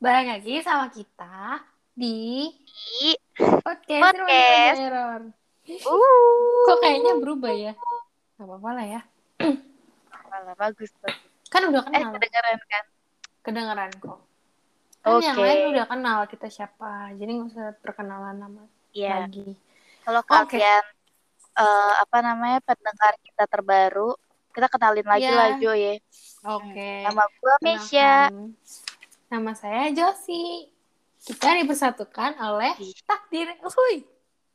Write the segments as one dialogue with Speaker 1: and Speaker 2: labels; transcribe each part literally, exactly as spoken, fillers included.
Speaker 1: Barang lagi sama kita di
Speaker 2: Di
Speaker 1: podcast Remaja
Speaker 2: podcast.
Speaker 1: Error. Kok kayaknya
Speaker 2: Uh.
Speaker 1: berubah ya? Gak apa-apa lah ya.
Speaker 2: Malah bagus bagus.
Speaker 1: Kan udah
Speaker 2: Eh,
Speaker 1: kenal.
Speaker 2: kedengeran kan?
Speaker 1: Kedengeran kok. Kan yang
Speaker 2: Oke.
Speaker 1: lain udah kenal kita siapa. Jadi gak usah perkenalan nama
Speaker 2: Iya.
Speaker 1: lagi.
Speaker 2: Kalau
Speaker 1: Oke.
Speaker 2: kalian eh, apa namanya pendengar kita terbaru, kita kenalin lagi lah
Speaker 1: Ya.
Speaker 2: Jo ya. Hmm,
Speaker 1: Oke.
Speaker 2: Nama gue Mesya.
Speaker 1: Kenalkan. Nama saya Josie. Kita dipersatukan oleh
Speaker 2: Ih.
Speaker 1: takdir. Uhuy.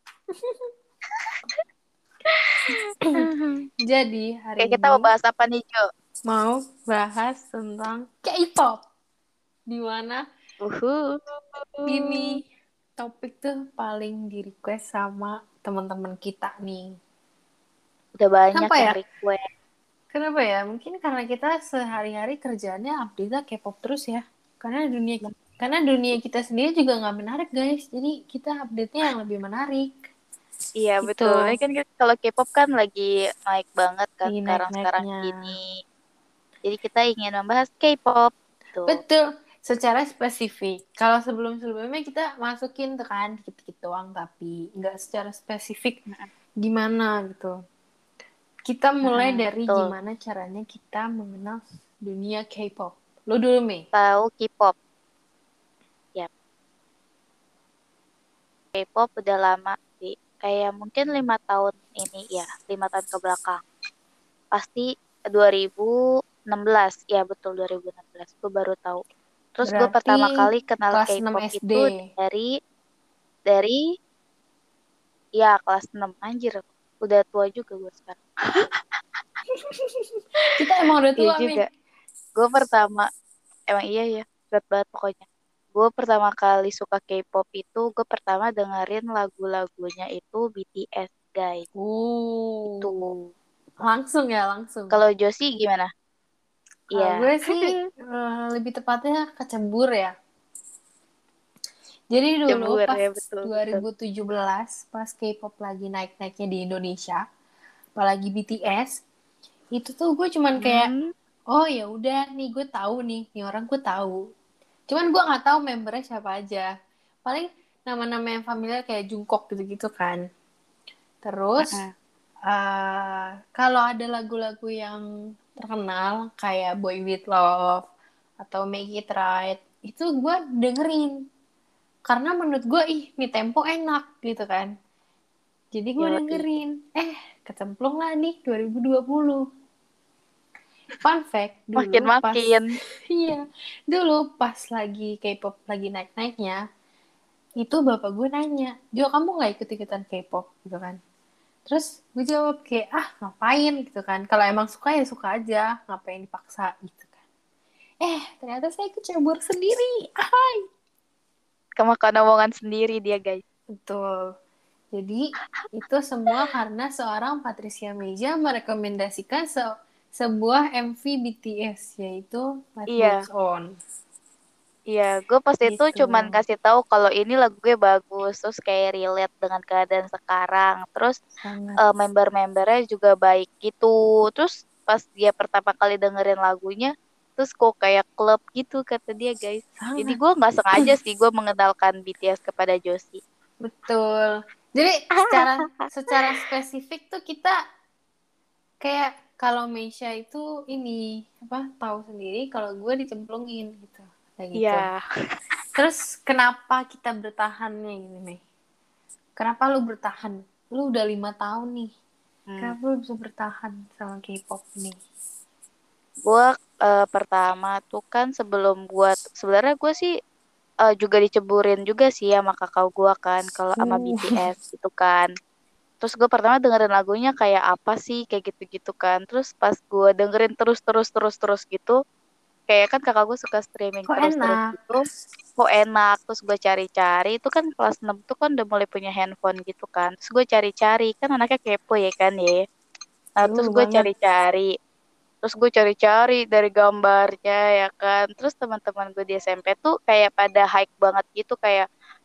Speaker 1: Jadi
Speaker 2: Oke,
Speaker 1: hari
Speaker 2: kita mau
Speaker 1: ini
Speaker 2: bahas apa nih Jo?
Speaker 1: mau bahas tentang K-pop. Di mana
Speaker 2: Uhu.
Speaker 1: ini topik tuh paling di request sama teman-teman kita nih.
Speaker 2: Udah banyak
Speaker 1: Kenapa
Speaker 2: yang
Speaker 1: ya?
Speaker 2: request.
Speaker 1: Kenapa ya? Mungkin karena kita sehari-hari kerjaannya update K-pop terus ya. Karena dunia karena dunia kita sendiri juga nggak menarik guys. Jadi kita update-nya yang lebih menarik.
Speaker 2: Iya betul. Ini
Speaker 1: Gitu.
Speaker 2: kan kalau K-pop kan lagi naik banget kan
Speaker 1: Lagi
Speaker 2: sekarang-sekarang
Speaker 1: naik-naiknya.
Speaker 2: gini. Jadi kita ingin membahas K-pop. Tuh.
Speaker 1: Betul. Secara spesifik. Kalau sebelum-sebelumnya kita masukin tuh kan dikit-dikit doang tapi nggak secara spesifik
Speaker 2: Mm-mm.
Speaker 1: gimana gitu. Kita mulai
Speaker 2: Mm-mm,
Speaker 1: dari
Speaker 2: betul.
Speaker 1: gimana caranya kita mengenal dunia K-pop. Lo dulu, Mei.
Speaker 2: Tahu K-pop. Ya, K-pop udah lama sih. Kayak mungkin lima tahun ini ya, lima tahun ke belakang. Pasti dua ribu enam belas, ya betul dua ribu enam belas. Gue baru tahu. Terus gue
Speaker 1: Berarti
Speaker 2: pertama kali kenal
Speaker 1: kelas enam
Speaker 2: K-pop
Speaker 1: S D.
Speaker 2: itu dari dari ya kelas enam anjir. Udah tua juga gue sekarang.
Speaker 1: Kita emang udah
Speaker 2: Iya
Speaker 1: tua,
Speaker 2: juga.
Speaker 1: Mei.
Speaker 2: Gue pertama emang iya ya, berat banget pokoknya. Gue pertama kali suka K-pop itu, gue pertama dengerin lagu-lagunya itu B T S, guys. Itu.
Speaker 1: Uh, langsung ya, langsung.
Speaker 2: Kalau Josie gimana?
Speaker 1: Kalau
Speaker 2: Iya.
Speaker 1: gue sih eh, lebih tepatnya kecebur ya. Jadi dulu
Speaker 2: Cembur
Speaker 1: pas
Speaker 2: ya, betul-betul.
Speaker 1: dua ribu tujuh belas, pas K-pop lagi naik-naiknya di Indonesia, apalagi B T S, itu tuh gue cuman kayak,
Speaker 2: Hmm,
Speaker 1: oh ya udah nih gue tahu nih, nih orang gue tahu. Cuman gue nggak tahu membernya siapa aja. Paling nama-nama yang familiar kayak Jungkook gitu-gitu kan. Terus
Speaker 2: uh-uh.
Speaker 1: uh, kalau ada lagu-lagu yang terkenal kayak Boy With Love atau Make It Right, itu gue dengerin. Karena menurut gue, ih, ini tempo enak gitu kan. Jadi gue
Speaker 2: Yoi.
Speaker 1: dengerin. Eh, kecemplung lah nih dua ribu dua puluh. Fun fact, dulu pas
Speaker 2: Makin-makin.
Speaker 1: iya, dulu pas lagi K-pop lagi naik-naiknya, itu bapak gue nanya, Jo kamu nggak ikut-ikutan K-pop gitu kan? Terus gue jawab kayak, ah ngapain gitu kan? Kalau emang suka ya suka aja, ngapain dipaksa gitu kan? Eh ternyata saya kecebur sendiri. Ah,
Speaker 2: Kemakan omongan sendiri dia, guys.
Speaker 1: betul. Jadi itu semua karena seorang Patricia Meija merekomendasikan se- sebuah M V B T S yaitu Life
Speaker 2: Iya,
Speaker 1: Goes On.
Speaker 2: iya. Gue pas itu
Speaker 1: Gitu.
Speaker 2: cuman kasih tahu kalau ini lagu gue bagus, terus kayak relate dengan keadaan sekarang. Terus
Speaker 1: Sangat.
Speaker 2: eh, member-membernya juga baik gitu. Terus pas dia pertama kali dengerin lagunya, terus kok kayak klub gitu kata dia guys. Jadi
Speaker 1: Sangat.
Speaker 2: gue nggak sengaja sih gue mengenalkan B T S kepada Josie.
Speaker 1: Betul. Jadi secara secara spesifik tuh kita kayak kalau Meisha itu ini apa tahu sendiri kalau gue dicemplungin gitu kayak gitu.
Speaker 2: Iya.
Speaker 1: Terus kenapa kita bertahannya gini nih? Kenapa lu bertahan? Lu udah lima tahun nih.
Speaker 2: Hmm.
Speaker 1: Kenapa lu bisa bertahan sama K-pop nih?
Speaker 2: Gue eh, pertama tuh kan sebelum buat sebenarnya gue sih eh, juga diceburin juga sih sama kakak gue kan kalau sama
Speaker 1: Uh,
Speaker 2: B T S itu kan. Terus gue pertama dengerin lagunya kayak apa sih kayak gitu-gitu kan. Terus pas gue dengerin terus terus terus terus gitu, kayak kan kakak gue suka streaming
Speaker 1: kok
Speaker 2: terus terus
Speaker 1: enak?
Speaker 2: gitu. Kok enak, terus gue cari-cari itu kan kelas enam tuh kan udah mulai punya handphone gitu kan. Terus gue cari-cari kan anaknya kepo ya kan ya. Nah, terus
Speaker 1: Uh
Speaker 2: gue
Speaker 1: banget.
Speaker 2: cari-cari terus gue cari-cari dari gambarnya ya kan. Terus teman-teman gue di S M P tuh kayak pada hype banget gitu kayak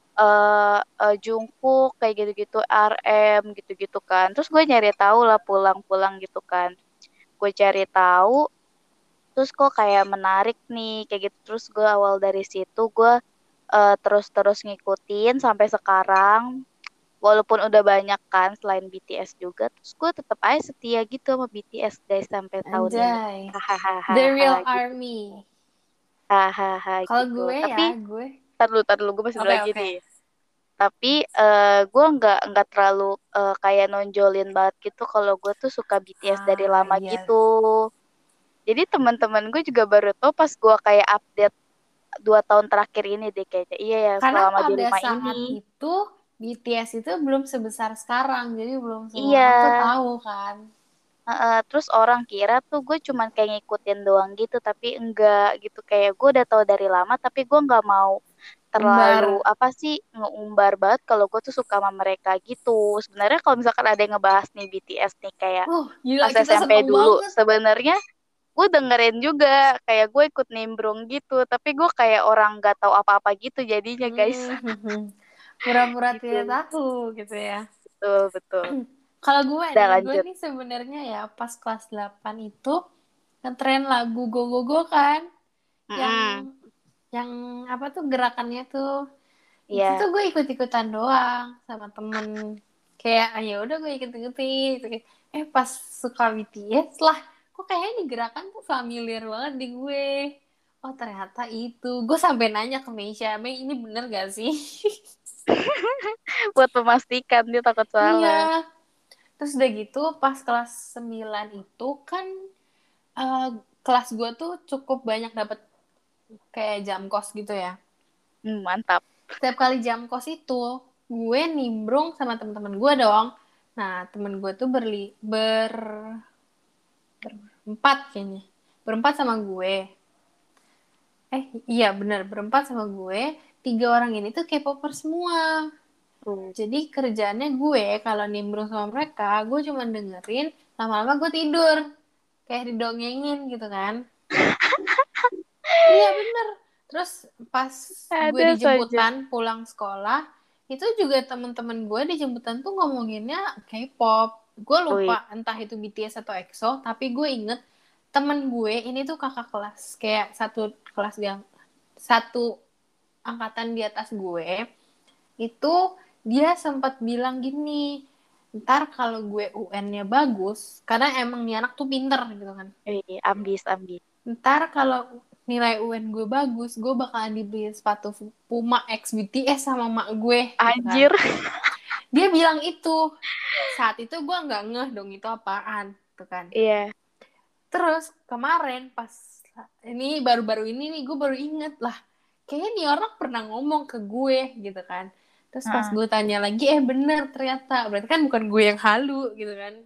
Speaker 2: eh eh, Jungkook kayak gitu-gitu, R M gitu-gitu kan. Terus gue nyari tahu lah pulang-pulang gitu kan. Gue cari tahu terus kok kayak menarik nih kayak gitu, terus gue awal dari situ gue eh, terus-terus ngikutin sampai sekarang. Walaupun udah banyak kan selain B T S juga, terus gue tetap aja setia gitu sama B T S guys sampai tahun ini.
Speaker 1: Anjay. The real
Speaker 2: Hahaha gitu.
Speaker 1: army.
Speaker 2: Hahaha
Speaker 1: Kalau
Speaker 2: gitu.
Speaker 1: gue
Speaker 2: Tapi
Speaker 1: ya, gue.
Speaker 2: tar dulu, tar dulu gue masih ada
Speaker 1: Oke,
Speaker 2: lagi
Speaker 1: oke.
Speaker 2: nih. Tapi eh gue nggak nggak terlalu eh, kayak nonjolin banget gitu kalau gue tuh suka B T S dari
Speaker 1: Ah,
Speaker 2: lama
Speaker 1: iya.
Speaker 2: gitu. Jadi teman-teman gue juga baru tau pas gue kayak update dua tahun terakhir ini deh kayaknya. Iya ya
Speaker 1: Karena
Speaker 2: selama di
Speaker 1: pada
Speaker 2: rumah ini.
Speaker 1: saat itu B T S itu belum sebesar sekarang, jadi belum semua
Speaker 2: Iya.
Speaker 1: orang tuh tahu kan.
Speaker 2: Heeh, terus orang kira tuh gue cuman kayak ngikutin doang gitu, tapi enggak gitu. Kayak gue udah tahu dari lama, tapi gue nggak mau terlalu
Speaker 1: Umbar.
Speaker 2: apa sih ngeumbar banget kalau gue tuh suka sama mereka gitu. Sebenarnya kalau misalkan ada yang ngebahas nih B T S nih kayak
Speaker 1: Uh, gila
Speaker 2: pas
Speaker 1: kita
Speaker 2: S M P
Speaker 1: seneng
Speaker 2: dulu,
Speaker 1: banget.
Speaker 2: sebenarnya gue dengerin juga, kayak gue ikut nimbrung gitu, tapi gue kayak orang nggak tahu apa-apa gitu jadinya guys.
Speaker 1: Hmm, pura-pura tidak
Speaker 2: Gitu,
Speaker 1: tahu gitu ya.
Speaker 2: betul betul.
Speaker 1: Kalau gue
Speaker 2: Udah
Speaker 1: nih, gue
Speaker 2: lanjut.
Speaker 1: nih sebenarnya ya pas kelas delapan itu ngetren lagu Go Go Go kan, yang
Speaker 2: Mm-mm.
Speaker 1: yang apa tuh gerakannya tuh. Itu tuh
Speaker 2: Iya.
Speaker 1: gue ikut-ikutan doang sama temen. Kayak "Ah, ya udah gue ikut-ikutin gitu. Eh pas suka B T S lah, kok kayaknya nih gerakan tuh familiar banget di gue. Oh ternyata itu. Gue sampai nanya ke Meisha, Mei ini bener gak sih?
Speaker 2: Buat memastikan dia takut
Speaker 1: Iya.
Speaker 2: salah.
Speaker 1: Terus udah gitu pas kelas sembilan itu kan eh, kelas gue tuh cukup banyak dapet kayak jam kos gitu ya.
Speaker 2: Hmm, mantap.
Speaker 1: Setiap kali jam kos itu gue nimbrung sama temen-temen gue dong. Nah temen gue tuh berli ber berempat kayaknya, berempat sama gue. Eh iya bener berempat sama gue. Tiga orang ini tuh K-popper semua.
Speaker 2: Uh,
Speaker 1: Jadi kerjaannya gue kalau nimbrung sama mereka, gue cuma dengerin, lama-lama gue tidur. Kayak didongengin gitu kan. Iya bener. Terus pas gue
Speaker 2: ada saja.
Speaker 1: dijemputan pulang sekolah, itu juga temen-temen gue di jemputan tuh ngomonginnya K-pop. Gue lupa
Speaker 2: Wih,
Speaker 1: entah itu B T S atau EXO, tapi gue inget temen gue ini tuh kakak kelas, kayak satu kelas yang satu angkatan di atas gue, itu dia sempat bilang gini, ntar kalau gue U N-nya bagus, karena emang nih anak tuh pinter gitu kan.
Speaker 2: wih, ambis, ambis.
Speaker 1: Ntar kalau nilai U N gue bagus, gue bakalan dibeli sepatu Puma X B T S sama mak gue gitu kan.
Speaker 2: Anjir.
Speaker 1: Dia bilang itu. Saat itu gue nggak ngeh dong itu apaan gitu kan.
Speaker 2: Iya.
Speaker 1: Terus kemarin pas ini baru-baru ini nih gue baru inget lah. Kayaknya nih orang pernah ngomong ke gue gitu kan. Terus pas
Speaker 2: Heeh.
Speaker 1: gue tanya lagi, eh bener ternyata. Berarti kan bukan gue yang halu gitu kan.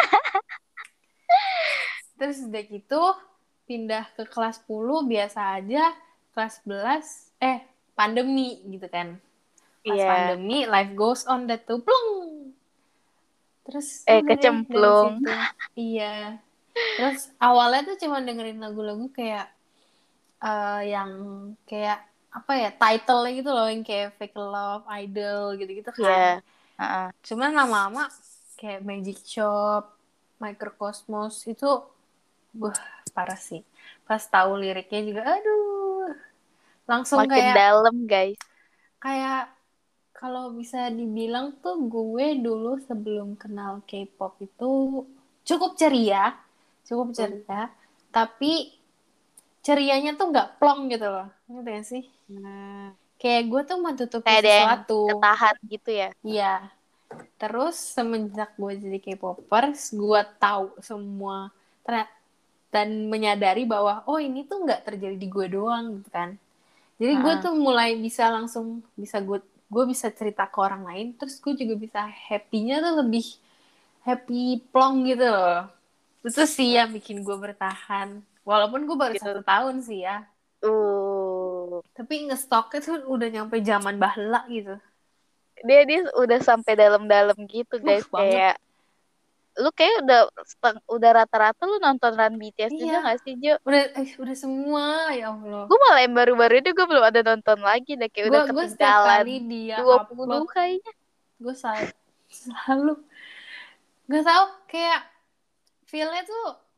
Speaker 1: Terus udah gitu pindah ke kelas sepuluh biasa aja, kelas sebelas eh pandemi gitu kan. Pas
Speaker 2: Iya.
Speaker 1: pandemi life goes on dah tuh plung. Terus
Speaker 2: Eh,
Speaker 1: udah deh dari
Speaker 2: kecemplung.
Speaker 1: situ. Iya. Terus awalnya tuh cuma dengerin lagu-lagu kayak eh, yang kayak apa ya title-nya gitu loh yang kayak Fake Love, Idol gitu-gitu kan.
Speaker 2: Iya. Heeh.
Speaker 1: Cuman lama-lama kayak Magic Shop, Microcosmos itu wah parah sih. Pas tahu liriknya juga aduh langsung
Speaker 2: Makin
Speaker 1: kayak
Speaker 2: dalam, guys.
Speaker 1: kayak kalau bisa dibilang tuh gue dulu sebelum kenal K-pop itu cukup ceria, cukup
Speaker 2: Uh.
Speaker 1: ceria, tapi cerianya tuh nggak plong gitu loh. Ngerti gak sih?
Speaker 2: Hmm.
Speaker 1: Kayak gue tuh menutupi
Speaker 2: Kayak ada yang
Speaker 1: sesuatu.
Speaker 2: ketahan gitu ya.
Speaker 1: Iya. Terus semenjak gue jadi K-popers, gue tahu semua ternyata dan menyadari bahwa oh ini tuh nggak terjadi di gue doang gitu kan. Jadi gue
Speaker 2: Heeh.
Speaker 1: tuh mulai bisa langsung bisa gue gue bisa cerita ke orang lain, terus gue juga bisa happy-nya tuh lebih happy plong gitu loh. Itu sih yang bikin gue bertahan. Walaupun gue baru
Speaker 2: Gitu.
Speaker 1: satu tahun sih ya.
Speaker 2: Uh.
Speaker 1: Tapi ngestoknya tuh udah nyampe zaman bahla gitu.
Speaker 2: Dia dia udah sampai dalam-dalam gitu,
Speaker 1: Wah
Speaker 2: guys.
Speaker 1: banget.
Speaker 2: Kayak lu kayak udah seteng- udah rata-rata lu nonton Run B T S
Speaker 1: Iya.
Speaker 2: juga gak sih, Jo?
Speaker 1: Udah eh, udah semua ya Allah.
Speaker 2: Gue malah yang baru-baru ini gue belum ada nonton lagi deh, kayak
Speaker 1: Gue
Speaker 2: udah
Speaker 1: gue setiap
Speaker 2: ketinggalan
Speaker 1: kali dia
Speaker 2: dua puluh
Speaker 1: upload,
Speaker 2: kayaknya.
Speaker 1: gue selalu, selalu nggak tahu kayak feel-nya tuh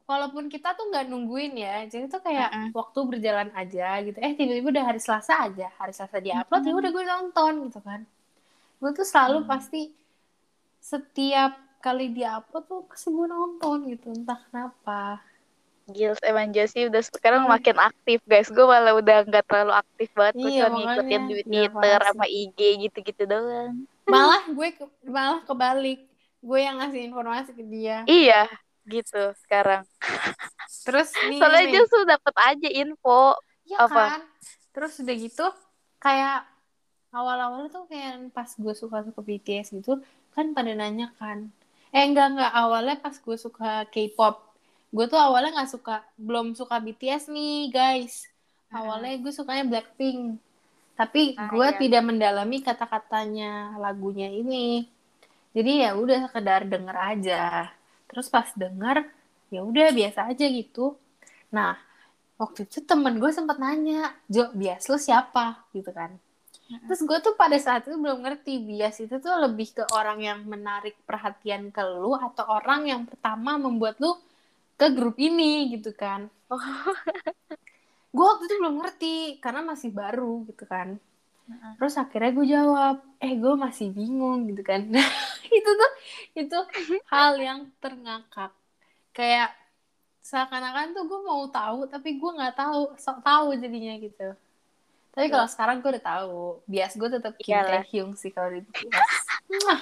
Speaker 1: walaupun kita tuh nggak nungguin ya, jadi tuh kayak
Speaker 2: Mm-mm.
Speaker 1: waktu berjalan aja gitu. Eh tiba-tiba udah hari Selasa aja, hari Selasa di upload ya udah
Speaker 2: Mm-mm.
Speaker 1: gue nonton gitu kan. Gue tuh selalu
Speaker 2: Mm.
Speaker 1: pasti setiap kali di upload tuh pasti gue nonton gitu, entah kenapa.
Speaker 2: Gils emang Josie udah sekarang
Speaker 1: Iya,
Speaker 2: makin aktif guys. Gue malah udah nggak terlalu aktif banget. Gue
Speaker 1: iya
Speaker 2: cuma
Speaker 1: makanya
Speaker 2: ngikutin di
Speaker 1: ya
Speaker 2: Twitter
Speaker 1: parah sih.
Speaker 2: sama I G gitu-gitu doang.
Speaker 1: Malah gue ke, malah kebalik, gue yang ngasih informasi ke dia.
Speaker 2: Iya, gitu sekarang.
Speaker 1: Terus nih nih
Speaker 2: Soalnya
Speaker 1: nih,
Speaker 2: justru dapat aja info
Speaker 1: ya
Speaker 2: apa?
Speaker 1: kan. Terus udah gitu kayak awal-awal tuh kayak pas gue suka-suka B T S gitu kan pada nanya kan. Eh enggak enggak awalnya pas gue suka K-pop. Gue tuh awalnya nggak suka, belum suka B T S nih guys.
Speaker 2: Mm-mm.
Speaker 1: Awalnya gue sukanya Blackpink. Tapi
Speaker 2: Nah
Speaker 1: gue
Speaker 2: ya,
Speaker 1: tidak mendalami kata-katanya lagunya ini. Jadi ya udah sekedar denger aja. Terus pas denger ya udah biasa aja gitu. Nah, waktu itu temen gue sempat nanya, Jo, bias lu siapa? Gitu kan.
Speaker 2: mm-mm.
Speaker 1: Terus gue tuh pada saat itu belum ngerti bias itu tuh lebih ke orang yang menarik perhatian ke lu atau orang yang pertama membuat lu ke grup ini gitu kan.
Speaker 2: Oh,
Speaker 1: Gue waktu itu belum ngerti karena masih baru gitu kan.
Speaker 2: mm-mm.
Speaker 1: Terus akhirnya gue jawab, eh gue masih bingung gitu kan. Nah, itu tuh itu hal yang terngakak. Kayak seakan-akan tuh gue mau tahu tapi gue nggak tahu, sok tahu jadinya gitu. Tapi kalau
Speaker 2: Tuh,
Speaker 1: sekarang gue udah tahu, bias gue tetap Kim
Speaker 2: iyalah.
Speaker 1: Taehyung sih kalau di B T S. Mwah,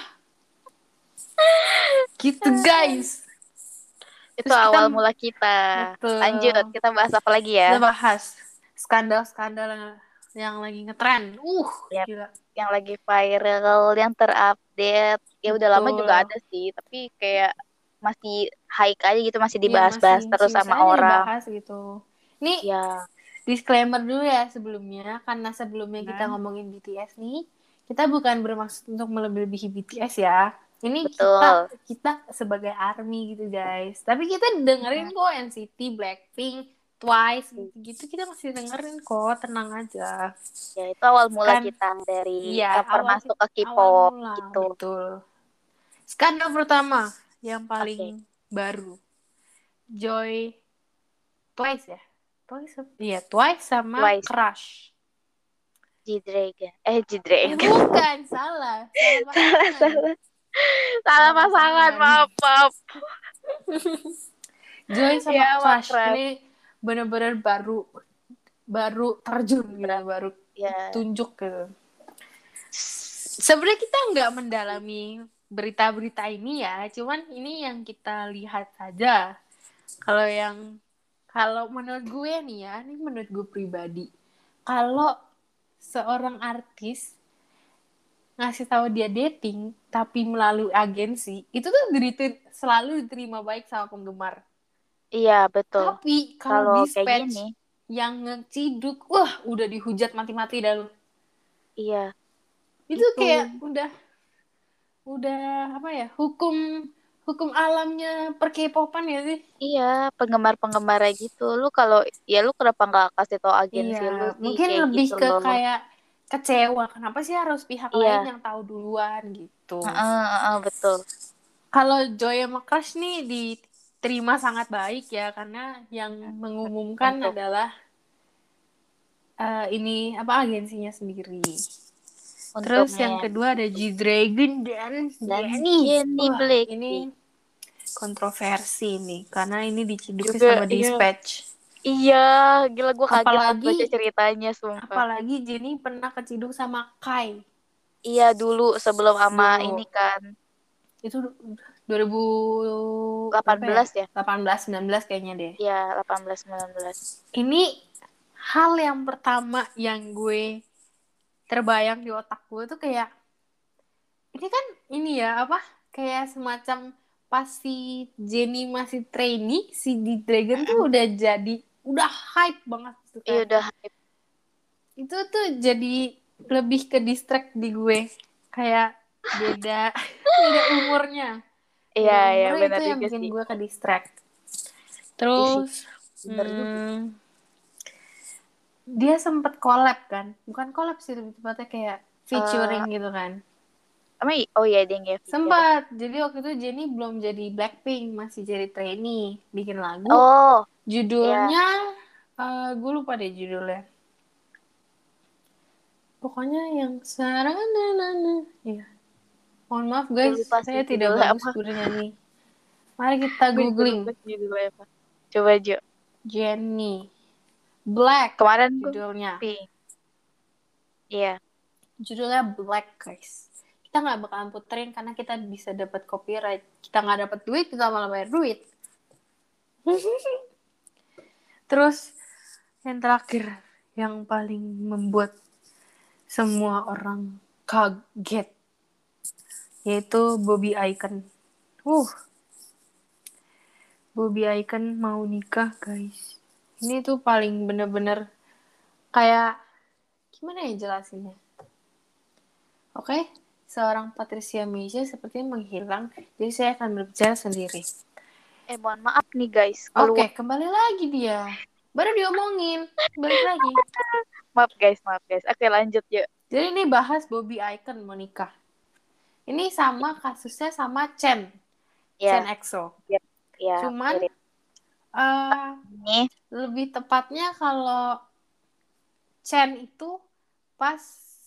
Speaker 1: gitu guys.
Speaker 2: Itu
Speaker 1: Terus kita
Speaker 2: awal mula kita. Lanjut,
Speaker 1: betul
Speaker 2: kita bahas apa lagi
Speaker 1: kita
Speaker 2: ya?
Speaker 1: bahas skandal-skandal yang, yang lagi ngetren. Uh,
Speaker 2: Ya,
Speaker 1: gila.
Speaker 2: yang lagi viral, yang terupdate. Ya udah lama juga
Speaker 1: Betul.
Speaker 2: ada sih, tapi kayak masih high aja gitu, masih
Speaker 1: Iya masih
Speaker 2: dibahas-bahas terus
Speaker 1: masih bisa
Speaker 2: sama
Speaker 1: aja
Speaker 2: orang.
Speaker 1: dibahas gitu. Ini
Speaker 2: Ya,
Speaker 1: disclaimer dulu ya sebelumnya, karena sebelumnya kita
Speaker 2: hmm,
Speaker 1: ngomongin B T S nih, kita bukan bermaksud untuk melebihi B T S ya. Ini kita
Speaker 2: betul.
Speaker 1: kita sebagai ARMY gitu guys. Tapi kita dengerin
Speaker 2: Hmm.
Speaker 1: kok N C T, Blackpink, Twice gitu-gitu kita masih dengerin kok, tenang aja.
Speaker 2: Ya, itu awal mula
Speaker 1: Kan
Speaker 2: kita dari
Speaker 1: iya
Speaker 2: cover
Speaker 1: awal
Speaker 2: masuk ke
Speaker 1: awal
Speaker 2: K-pop
Speaker 1: mula
Speaker 2: gitu.
Speaker 1: betul. Skandal pertama yang
Speaker 2: Oke,
Speaker 1: paling baru, Joy Twice ya. Twice apa? Iya, Twice sama
Speaker 2: Twice,
Speaker 1: Crush.
Speaker 2: G-Dragon. Eh,
Speaker 1: Eh
Speaker 2: G-Dragon.
Speaker 1: bukan, salah. Salah
Speaker 2: Salah,
Speaker 1: pasangan.
Speaker 2: salah. Salah
Speaker 1: Salah
Speaker 2: pasangan,
Speaker 1: pasangan.
Speaker 2: maaf, maaf.
Speaker 1: Joy sama
Speaker 2: Ya,
Speaker 1: Crush.
Speaker 2: makrab.
Speaker 1: Ini bener-bener baru baru terjun gitu,
Speaker 2: Berapa?
Speaker 1: baru
Speaker 2: Ya,
Speaker 1: tunjuk gitu. Sebenarnya kita nggak mendalami berita-berita ini ya, cuman ini yang kita lihat saja. Kalau yang kalau menurut gue nih ya, ini menurut gue pribadi. Kalau seorang artis ngasih tahu dia dating tapi melalui agensi itu tuh diterima, selalu diterima baik sama penggemar.
Speaker 2: iya, betul.
Speaker 1: Tapi kalau
Speaker 2: Kalau kayak
Speaker 1: dispatch
Speaker 2: gini,
Speaker 1: yang ngeciduk, wah udah dihujat mati-mati dan
Speaker 2: iya,
Speaker 1: itu
Speaker 2: itu.
Speaker 1: kayak udah udah apa ya, hukum hukum alamnya per K-popan ya sih.
Speaker 2: Iya, penggemar-penggemarnya gitu. Lu kalau ya lu kenapa nggak kasih tau
Speaker 1: Iya
Speaker 2: agensi lu sih
Speaker 1: mungkin
Speaker 2: kayak
Speaker 1: lebih
Speaker 2: gitu
Speaker 1: ke
Speaker 2: loh.
Speaker 1: kayak kecewa kenapa sih harus pihak lain
Speaker 2: Iya,
Speaker 1: yang tahu duluan gitu.
Speaker 2: heeh, heeh, betul.
Speaker 1: Kalau Joy sama Crush nih diterima sangat baik ya karena yang mengumumkan
Speaker 2: Tentu.
Speaker 1: adalah uh, ini apa agensinya sendiri. Terus
Speaker 2: Untungnya
Speaker 1: yang
Speaker 2: ya
Speaker 1: kedua ada
Speaker 2: gitu.
Speaker 1: G-Dragon dan
Speaker 2: Dan
Speaker 1: Jennie.
Speaker 2: Jennie
Speaker 1: Wah,
Speaker 2: Blackpink
Speaker 1: ini kontroversi nih karena ini diciduknya
Speaker 2: juga,
Speaker 1: sama
Speaker 2: iya.
Speaker 1: Dispatch.
Speaker 2: Iya, gila gue kaget pas baca
Speaker 1: Apalagi
Speaker 2: ceritanya, sumpah.
Speaker 1: apalagi Jennie pernah keciduk sama Kai
Speaker 2: Iya dulu sebelum ama ini
Speaker 1: dulu.
Speaker 2: kan
Speaker 1: Itu dua ribu
Speaker 2: delapan
Speaker 1: berapa ya?
Speaker 2: belas ya?
Speaker 1: delapan belas sembilan belas kayaknya deh.
Speaker 2: Iya, delapan belas sembilan belas.
Speaker 1: Ini hal yang pertama yang gue terbayang di otak gue tuh kayak ini kan ini ya apa kayak semacam pas si Jenny masih trainee si di Dragon tuh
Speaker 2: Mm-mm.
Speaker 1: udah jadi udah hype banget gitu
Speaker 2: Iya
Speaker 1: kan.
Speaker 2: udah hype.
Speaker 1: Itu tuh jadi lebih ke distract di gue kayak beda beda umurnya
Speaker 2: Iya,
Speaker 1: beda
Speaker 2: iya
Speaker 1: umurnya itu
Speaker 2: benar
Speaker 1: yang
Speaker 2: juga
Speaker 1: bikin
Speaker 2: sih.
Speaker 1: gue ke distract.
Speaker 2: Iya sih,
Speaker 1: Terus
Speaker 2: benar juga.
Speaker 1: hmm, dia sempet collab kan bukan collab sih lebih tepatnya kayak
Speaker 2: Eh,
Speaker 1: featuring gitu kan.
Speaker 2: Emang i- oh iya dia nggak feature.
Speaker 1: Sempat. Jadi waktu itu Jennie belum jadi Blackpink, masih jadi trainee, bikin lagu.
Speaker 2: Oh ya,
Speaker 1: Judulnya, eh gue lupa deh judulnya. Pokoknya yang sarana. Ya, mohon maaf
Speaker 2: gue
Speaker 1: guys,
Speaker 2: lupa sih
Speaker 1: saya tidak
Speaker 2: judulnya
Speaker 1: bagus
Speaker 2: apa.
Speaker 1: bernyanyi. Mari kita
Speaker 2: Gue juga
Speaker 1: googling.
Speaker 2: lupa sih judulnya apa. Coba aja.
Speaker 1: Jennie. Black
Speaker 2: Kemarin gue
Speaker 1: judulnya.
Speaker 2: pink. Iya.
Speaker 1: Judulnya Black guys. Kita nggak bakalan puterin karena kita bisa dapat copyright. Kita nggak dapat duit, kita malah bayar duit. Terus yang terakhir, yang paling membuat semua orang kaget, yaitu Bobby Icon. Uh, Bobby Icon mau nikah guys. Ini tuh paling bener-bener kayak, gimana ya jelasinnya? Oke, okay? Seorang Patricia Meija sepertinya menghilang, jadi saya akan berbicara sendiri.
Speaker 2: Eh mohon maaf nih guys,
Speaker 1: Oke,
Speaker 2: keluar.
Speaker 1: okay, kembali lagi dia. Baru diomongin, balik lagi.
Speaker 2: Maaf guys, maaf guys. Oke lanjut yuk.
Speaker 1: Jadi ini bahas Bobby Icon mau nikah. Ini sama kasusnya sama Chen, Chen
Speaker 2: Ya,
Speaker 1: EXO.
Speaker 2: ya, ya
Speaker 1: Cuman
Speaker 2: mirip.
Speaker 1: uh,
Speaker 2: Nih,
Speaker 1: lebih tepatnya kalau Chen itu pas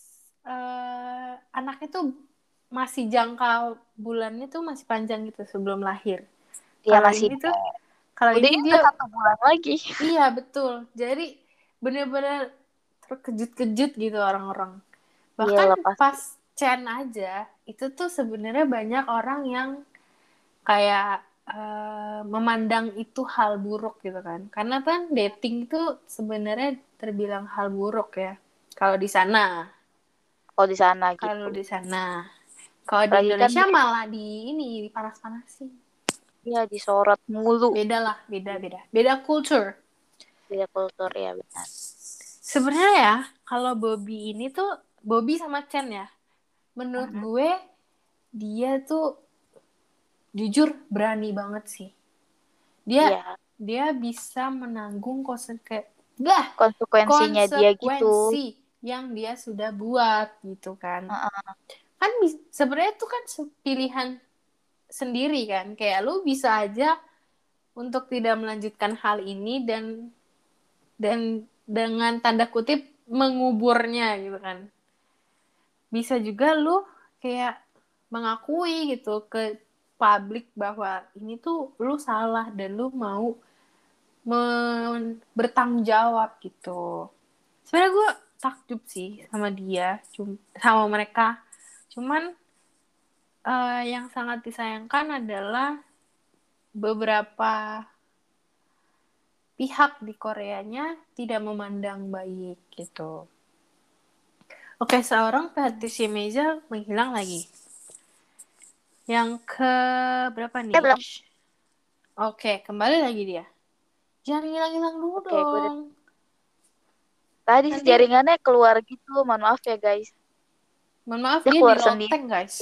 Speaker 1: uh, anaknya tuh masih jangka bulannya tuh masih panjang gitu sebelum lahir.
Speaker 2: dia
Speaker 1: Kalau
Speaker 2: masih
Speaker 1: ini tuh, kalau
Speaker 2: udah
Speaker 1: ini
Speaker 2: ini
Speaker 1: dia,
Speaker 2: udah satu bulan lagi.
Speaker 1: iya betul. Jadi bener-bener terkejut-kejut gitu orang-orang.
Speaker 2: Iya
Speaker 1: Bahkan
Speaker 2: lepas.
Speaker 1: pas Chen aja, itu tuh sebenarnya banyak orang yang kayak uh, memandang itu hal buruk gitu kan. Karena kan dating itu sebenarnya terbilang hal buruk ya. Kalau di sana,
Speaker 2: Oh di sana
Speaker 1: kalau
Speaker 2: gitu.
Speaker 1: di sana. Kalau di
Speaker 2: Lagi kan
Speaker 1: Indonesia
Speaker 2: dia,
Speaker 1: malah di ini dipanas-panasin.
Speaker 2: dia disorot mulu.
Speaker 1: Beda lah, beda beda. Beda culture.
Speaker 2: Dia kultur ya benar.
Speaker 1: Sebenarnya ya, kalau Bobby ini tuh Bobby sama Chen ya. Menurut
Speaker 2: Mm-mm.
Speaker 1: gue dia tuh jujur berani banget sih. Dia
Speaker 2: Iya,
Speaker 1: dia bisa menanggung konsekuensi bah,
Speaker 2: konsekuensinya dia gitu.
Speaker 1: konsekuensi yang dia sudah buat gitu kan.
Speaker 2: Uh-uh.
Speaker 1: Kan sebenarnya itu kan pilihan sendiri kan. Kayak lu bisa aja untuk tidak melanjutkan hal ini dan dan dengan tanda kutip menguburnya gitu kan. Bisa juga lu kayak mengakui gitu ke publik bahwa ini tuh lu salah dan lu mau men- bertanggung jawab gitu. Sebenarnya gue takjub sih sama dia, cum sama mereka. Cuman eh, yang sangat disayangkan adalah beberapa pihak di Koreanya tidak memandang baik gitu. Oke, seorang Patricia Meza menghilang lagi. Yang ke berapa
Speaker 2: Eh
Speaker 1: nih?
Speaker 2: belum.
Speaker 1: Oke, kembali lagi dia. Jangan hilang-hilang dulu
Speaker 2: Oke, gue udah.
Speaker 1: dong.
Speaker 2: Tadi sih
Speaker 1: Nanti,
Speaker 2: jaringannya keluar gitu. Mohon maaf ya guys.
Speaker 1: mohon maaf
Speaker 2: Dia
Speaker 1: dia di
Speaker 2: keluar sendiri.
Speaker 1: loteng guys.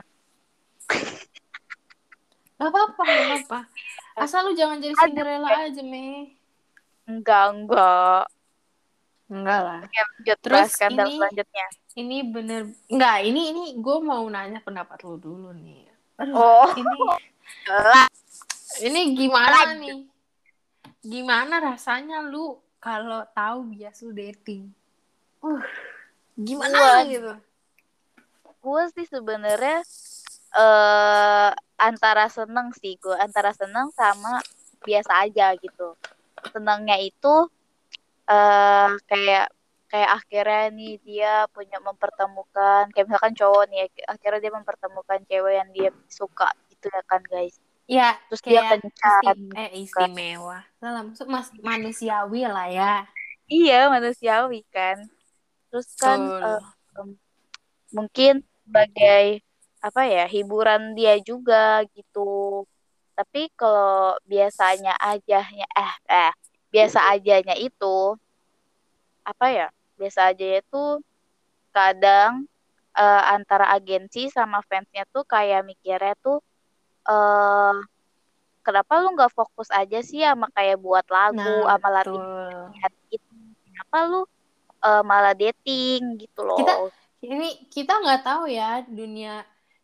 Speaker 1: Gak apa-apa, gak apa-apa. Asal lu jangan jadi
Speaker 2: Ada.
Speaker 1: Cinderella aja, Mei.
Speaker 2: Enggak, enggak.
Speaker 1: Enggak lah.
Speaker 2: Oke, lanjut bahas
Speaker 1: Terus
Speaker 2: skandal
Speaker 1: ini,
Speaker 2: selanjutnya.
Speaker 1: ini bener, enggak, ini, ini gue mau nanya pendapat lu dulu nih. Aduh,
Speaker 2: Oh,
Speaker 1: ini,
Speaker 2: lah,
Speaker 1: ini gimana
Speaker 2: lanjut.
Speaker 1: nih? Gimana rasanya lu kalau tahu bias lu dating? Uh, gimana
Speaker 2: Gue,
Speaker 1: gitu?
Speaker 2: gue sih sebenarnya eh antara seneng sih gue, antara seneng sama biasa aja gitu. Senangnya itu eh kayak kayak akhirnya nih dia punya mempertemukan, kayak misalkan cowok nih, akhirnya dia mempertemukan cewek yang dia suka gitu ya kan guys.
Speaker 1: Ya,
Speaker 2: Terus dia
Speaker 1: kayak isti
Speaker 2: kencan
Speaker 1: eh
Speaker 2: gitu kan.
Speaker 1: istimewa. Dalam maksud mas manusiawi lah ya.
Speaker 2: Iya manusiawi kan. Terus kan
Speaker 1: Betul.
Speaker 2: eh, em, mungkin sebagai apa ya hiburan dia juga gitu. Tapi kalau biasanya ajanya eh eh biasa ajanya itu apa ya? Biasa aja itu kadang eh, antara agensi sama fansnya tuh kayak mikirnya tuh eh kenapa lu nggak fokus aja sih sama kayak buat lagu
Speaker 1: Nah,
Speaker 2: sama latihan
Speaker 1: betul.
Speaker 2: gitu. Kenapa lu eh, malah dating gitu
Speaker 1: Kita
Speaker 2: loh.
Speaker 1: ini kita nggak tahu ya dunia.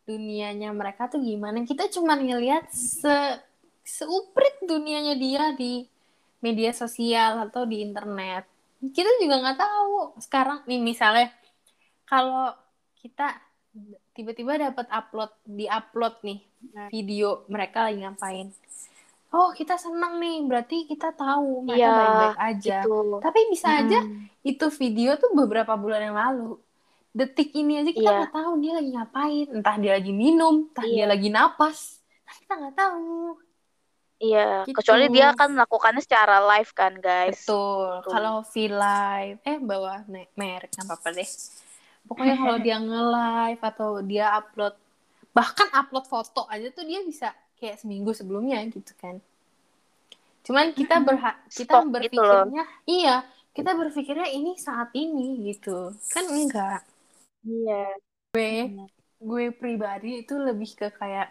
Speaker 1: dunianya mereka tuh gimana. Kita cuma ngelihat se seuprit dunianya dia di media sosial atau di internet. Kita juga nggak tahu. Sekarang nih misalnya kalau kita tiba-tiba dapat upload di upload nih video mereka lagi ngapain. Oh kita seneng nih, berarti kita tahu
Speaker 2: Iya,
Speaker 1: mereka baik-baik aja.
Speaker 2: itu.
Speaker 1: Tapi bisa aja
Speaker 2: Mm-mm.
Speaker 1: itu video tuh beberapa bulan yang lalu. Detik ini aja kita
Speaker 2: Iya,
Speaker 1: nggak tahu dia lagi ngapain. Entah dia lagi minum, entah dia
Speaker 2: iya,
Speaker 1: lagi napas. Nah, kita nggak tahu.
Speaker 2: iya.
Speaker 1: Gitu.
Speaker 2: Kecuali dia akan melakukannya secara live kan, guys.
Speaker 1: Betul.
Speaker 2: Tuh.
Speaker 1: Kalau V-Live, eh bawa merek nggak apa-apa deh. Pokoknya kalau dia nge-live atau dia upload, bahkan upload foto aja tuh dia bisa kayak seminggu sebelumnya gitu kan. Cuman kita berha kita
Speaker 2: Stok gitu loh.
Speaker 1: berpikirnya, iya, kita berpikirnya ini saat ini gitu. Kan enggak.
Speaker 2: Iya.
Speaker 1: Gue,
Speaker 2: Mm-mm.
Speaker 1: gue pribadi itu lebih ke kayak,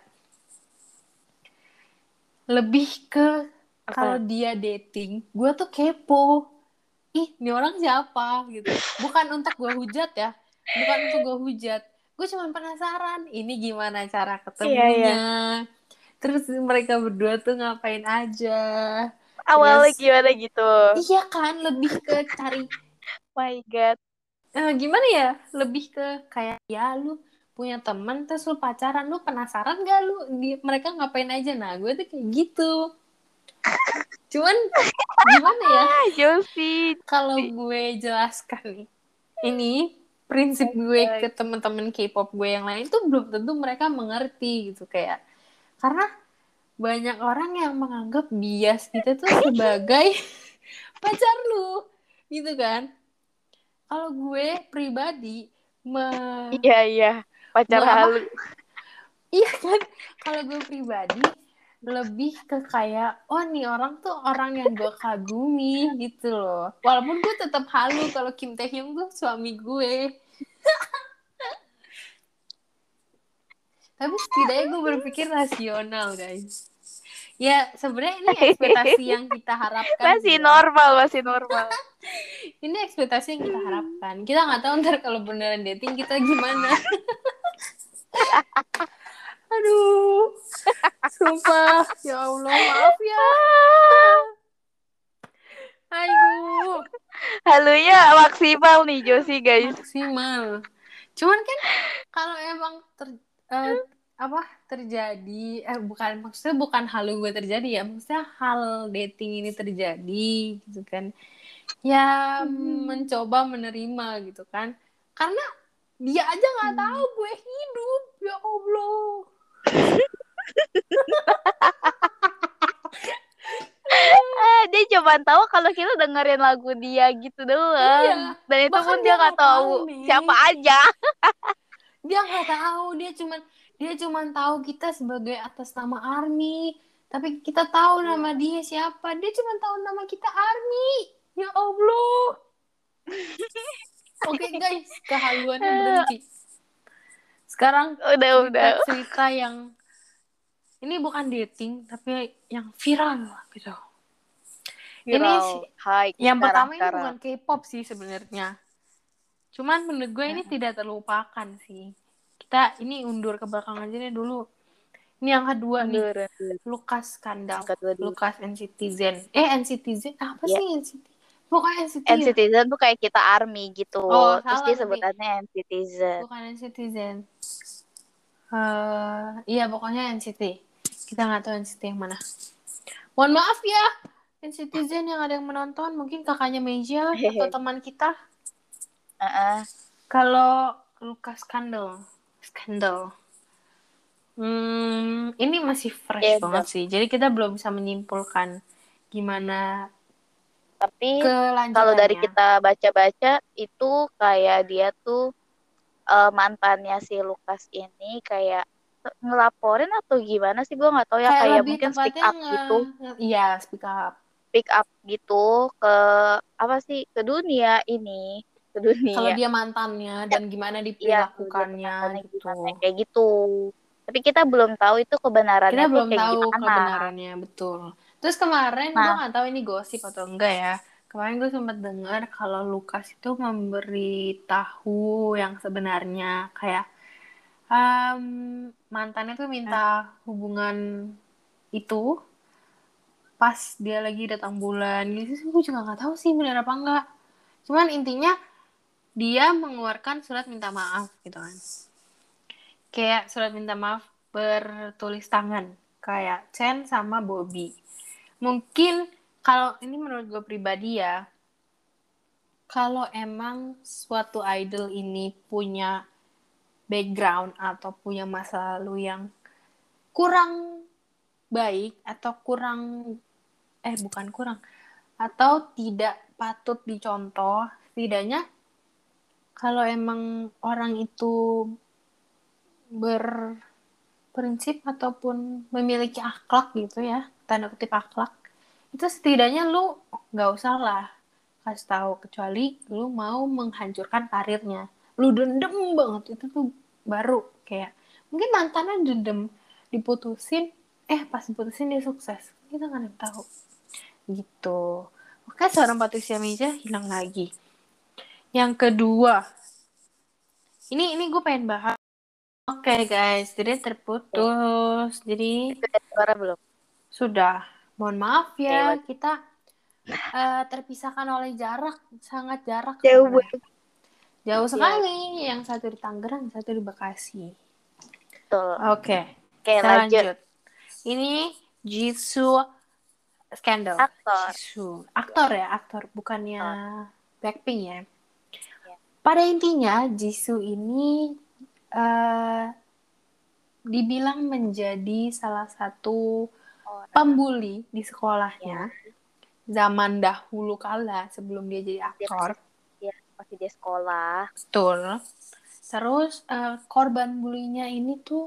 Speaker 1: lebih ke kalau
Speaker 2: Apa?
Speaker 1: dia dating, gue tuh kepo. Ih, ini orang siapa gitu. Bukan untuk gue hujat ya. Bukan untuk gue hujat. Gue cuma penasaran, ini gimana cara
Speaker 2: Iya, iya.
Speaker 1: ketemunya. Terus mereka berdua tuh ngapain aja.
Speaker 2: Awalnya
Speaker 1: Terus,
Speaker 2: gimana gitu?
Speaker 1: iya kan, lebih ke cari,
Speaker 2: My God.
Speaker 1: eh, gimana ya? Lebih ke kayak, ya lu punya temen, terus lu pacaran, lu penasaran gak lu di, mereka ngapain aja. Nah, gue tuh kayak gitu. Cuman, gimana ya?
Speaker 2: Ah, Josie.
Speaker 1: Kalau gue jelaskan nih, ini prinsip gue ke teman-teman K-pop gue yang lain tuh belum tentu mereka mengerti gitu kayak, karena banyak orang yang menganggap bias kita tuh sebagai pacar lu gitu kan. Kalau gue pribadi me,
Speaker 2: Iya, iya.
Speaker 1: me
Speaker 2: Pacar
Speaker 1: apa,
Speaker 2: halu.
Speaker 1: iya kan, kalau gue pribadi lebih ke kayak, oh nih orang tuh orang yang gue kagumi gitu loh. Walaupun gue tetap halu kalau Kim Taehyung tuh suami gue. Tapi setidaknya gue berpikir rasional, guys. Ya, sebenarnya ini ekspektasi yang kita harapkan
Speaker 2: Masih
Speaker 1: sih ya.
Speaker 2: normal, masih normal.
Speaker 1: Ini ekspektasi yang kita harapkan. Kita nggak tahu ntar kalau beneran dating kita gimana. Aduh, sumpah. Ya Allah, maaf ya. Aduh,
Speaker 2: Halunya maksimal nih Josie, guys.
Speaker 1: maksimal. Cuman kan kalau emang ter, eh, apa terjadi, eh bukan maksudnya bukan hal gue terjadi ya, maksudnya hal dating ini terjadi gitu kan. Ya mencoba menerima gitu kan. Karena dia aja nggak tahu gue hidup, ya Allah.
Speaker 2: Ah, dia cuma tahu kalau kita dengerin lagu dia gitu
Speaker 1: Iya,
Speaker 2: doang. Dan itu
Speaker 1: bahkan
Speaker 2: pun
Speaker 1: dia
Speaker 2: dia nggak
Speaker 1: nggak tahu
Speaker 2: tahu siapa
Speaker 1: nih.
Speaker 2: aja.
Speaker 1: Dia nggak tahu, dia cuman dia cuman tahu kita sebagai atas nama ARMY. Tapi kita tahu nama
Speaker 2: Iya.
Speaker 1: dia siapa. Dia cuma tahu nama kita ARMY. Ya Allah. Oke guys, kehaluannya berhenti. Sekarang
Speaker 2: Udah, udah.
Speaker 1: cerita-cerita yang ini bukan dating, tapi yang viral gitu. Ini sih,
Speaker 2: Viral. High
Speaker 1: yang pertama ini
Speaker 2: sekarang-sekarang.
Speaker 1: bukan K-pop sih sebenarnya. Cuman menurut gue ini tidak terlupakan sih. Kita ini undur ke belakang aja nih dulu. Ini yang kedua nih.
Speaker 2: Mundur, mundur.
Speaker 1: Lukas Skandal.
Speaker 2: Yang kedua dulu.
Speaker 1: Lukas N-Citizen. Eh N-Citizen apa
Speaker 2: Ya,
Speaker 1: sih N-Citizen? Pokoknya N-City ya.
Speaker 2: N-Citizen tuh kayak kita ARMY gitu.
Speaker 1: Oh
Speaker 2: Terus
Speaker 1: salah
Speaker 2: dia
Speaker 1: berarti.
Speaker 2: sebutannya N-Citizen.
Speaker 1: Bukan N-Citizen. Uh, iya pokoknya N C T. Kita nggak tahu N C T yang mana. Mohon maaf ya, N-Citizen yang ada yang menonton, mungkin kakaknya Meja atau teman kita.
Speaker 2: Uh-uh.
Speaker 1: Kalau Lukas Skandal, Skandal, hmm, ini masih fresh
Speaker 2: Ya,
Speaker 1: banget
Speaker 2: udah.
Speaker 1: sih. Jadi kita belum bisa menyimpulkan gimana
Speaker 2: Tapi kalau dari
Speaker 1: kelanjutannya.
Speaker 2: kita baca-baca itu kayak dia tuh eh, mantannya si Lukas ini kayak ngelaporin atau gimana sih gue nggak tahu ya,
Speaker 1: Kayak
Speaker 2: kayak
Speaker 1: lebih
Speaker 2: mungkin speak
Speaker 1: tepatnya
Speaker 2: up
Speaker 1: nge,
Speaker 2: gitu,
Speaker 1: nge- iya speak up.
Speaker 2: speak up gitu ke apa sih, ke dunia ini, ke
Speaker 1: Kalau
Speaker 2: dunia
Speaker 1: dia mantannya
Speaker 2: ya,
Speaker 1: dan gimana
Speaker 2: iya kalau dia
Speaker 1: diperlakukannya
Speaker 2: mantannya
Speaker 1: gitu.
Speaker 2: gimana kayak gitu. Tapi kita belum tahu itu kebenarannya
Speaker 1: Kita
Speaker 2: tuh
Speaker 1: belum
Speaker 2: kayak
Speaker 1: tahu
Speaker 2: gimana.
Speaker 1: kebenarannya betul. Terus kemarin gue
Speaker 2: Nah,
Speaker 1: nggak tahu ini gosip atau enggak ya. Kemarin gue sempat dengar kalau Lukas itu memberi tahu yang sebenarnya kayak Um, mantannya tuh
Speaker 2: Hah?
Speaker 1: minta hubungan itu pas dia lagi datang bulan gitu sih, gue juga nggak tahu sih benar apa enggak. Cuman intinya dia mengeluarkan surat minta maaf gitu kan. Kayak surat minta maaf bertulis tangan kayak Chen sama Bobby. Mungkin kalau ini menurut gue pribadi ya, kalau emang suatu idol ini punya background atau punya masa lalu yang kurang baik atau kurang eh bukan kurang atau tidak patut dicontoh, setidaknya kalau emang orang itu berprinsip ataupun memiliki akhlak gitu ya, tanda kutip akhlak, itu setidaknya lu nggak usah lah kasih tahu, kecuali lu mau menghancurkan karirnya, lu dendam banget, itu tuh baru kayak mungkin mantannya dendam diputusin, eh pas diputusin dia sukses, kita nggak ada yang tahu gitu. Oke, seorang Patricia Meja hilang lagi. Yang kedua, ini ini gue pengen bahas. Oke okay, guys, jadi
Speaker 2: Oke.
Speaker 1: terputus. Jadi
Speaker 2: Itu dari suara belum?
Speaker 1: sudah. Mohon maaf
Speaker 2: Oke,
Speaker 1: ya,
Speaker 2: bagus.
Speaker 1: kita uh, terpisahkan oleh jarak, sangat jarak
Speaker 2: Jauh
Speaker 1: soalnya.
Speaker 2: banget.
Speaker 1: Jauh
Speaker 2: Ya,
Speaker 1: sekali, yang satu di Tangerang, yang satu di Bekasi.
Speaker 2: betul.
Speaker 1: Oke, okay,
Speaker 2: Oke,
Speaker 1: kita
Speaker 2: lanjut.
Speaker 1: lanjut. Ini Jisoo Scandal.
Speaker 2: Aktor.
Speaker 1: Jisoo,
Speaker 2: Ya,
Speaker 1: aktor ya, aktor, bukannya
Speaker 2: aktor.
Speaker 1: Blackpink ya.
Speaker 2: Ya,
Speaker 1: Pada intinya, Jisoo ini uh, dibilang menjadi salah satu
Speaker 2: orang.
Speaker 1: pembuli di
Speaker 2: Ya,
Speaker 1: sekolahnya zaman dahulu kala sebelum dia jadi
Speaker 2: dia
Speaker 1: aktor.
Speaker 2: masih dia masih di sekolah.
Speaker 1: Betul. Terus uh, korban bulinya ini tuh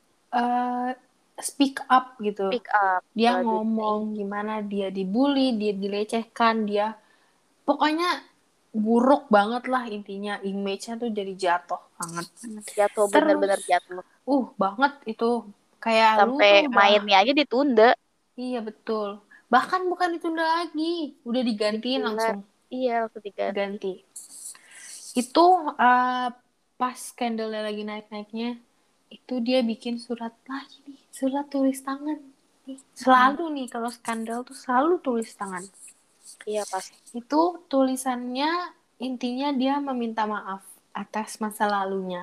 Speaker 1: uh, speak up gitu.
Speaker 2: Pick up.
Speaker 1: Dia
Speaker 2: Selanjutnya
Speaker 1: ngomong
Speaker 2: ini
Speaker 1: gimana dia dibully, dia dilecehkan, dia pokoknya buruk banget lah intinya, image-nya tuh jadi jatuh banget.
Speaker 2: hmm, jatuh,
Speaker 1: Terus
Speaker 2: bener-bener jatuh.
Speaker 1: uh banget itu, kayak lu
Speaker 2: Sampai
Speaker 1: tuh bah
Speaker 2: mainnya aja ditunda.
Speaker 1: iya betul. Bahkan bukan ditunda lagi, udah digantiin
Speaker 2: Ditunda.
Speaker 1: langsung,
Speaker 2: Iya, langsung diganti.
Speaker 1: diganti. Itu uh, pas skandalnya lagi naik-naiknya, itu dia bikin surat lagi nih, surat tulis tangan. Nih,
Speaker 2: Mm-mm.
Speaker 1: selalu nih kalau skandal tuh selalu tulis tangan.
Speaker 2: Iya, pasti.
Speaker 1: Itu tulisannya intinya dia meminta maaf atas masa lalunya.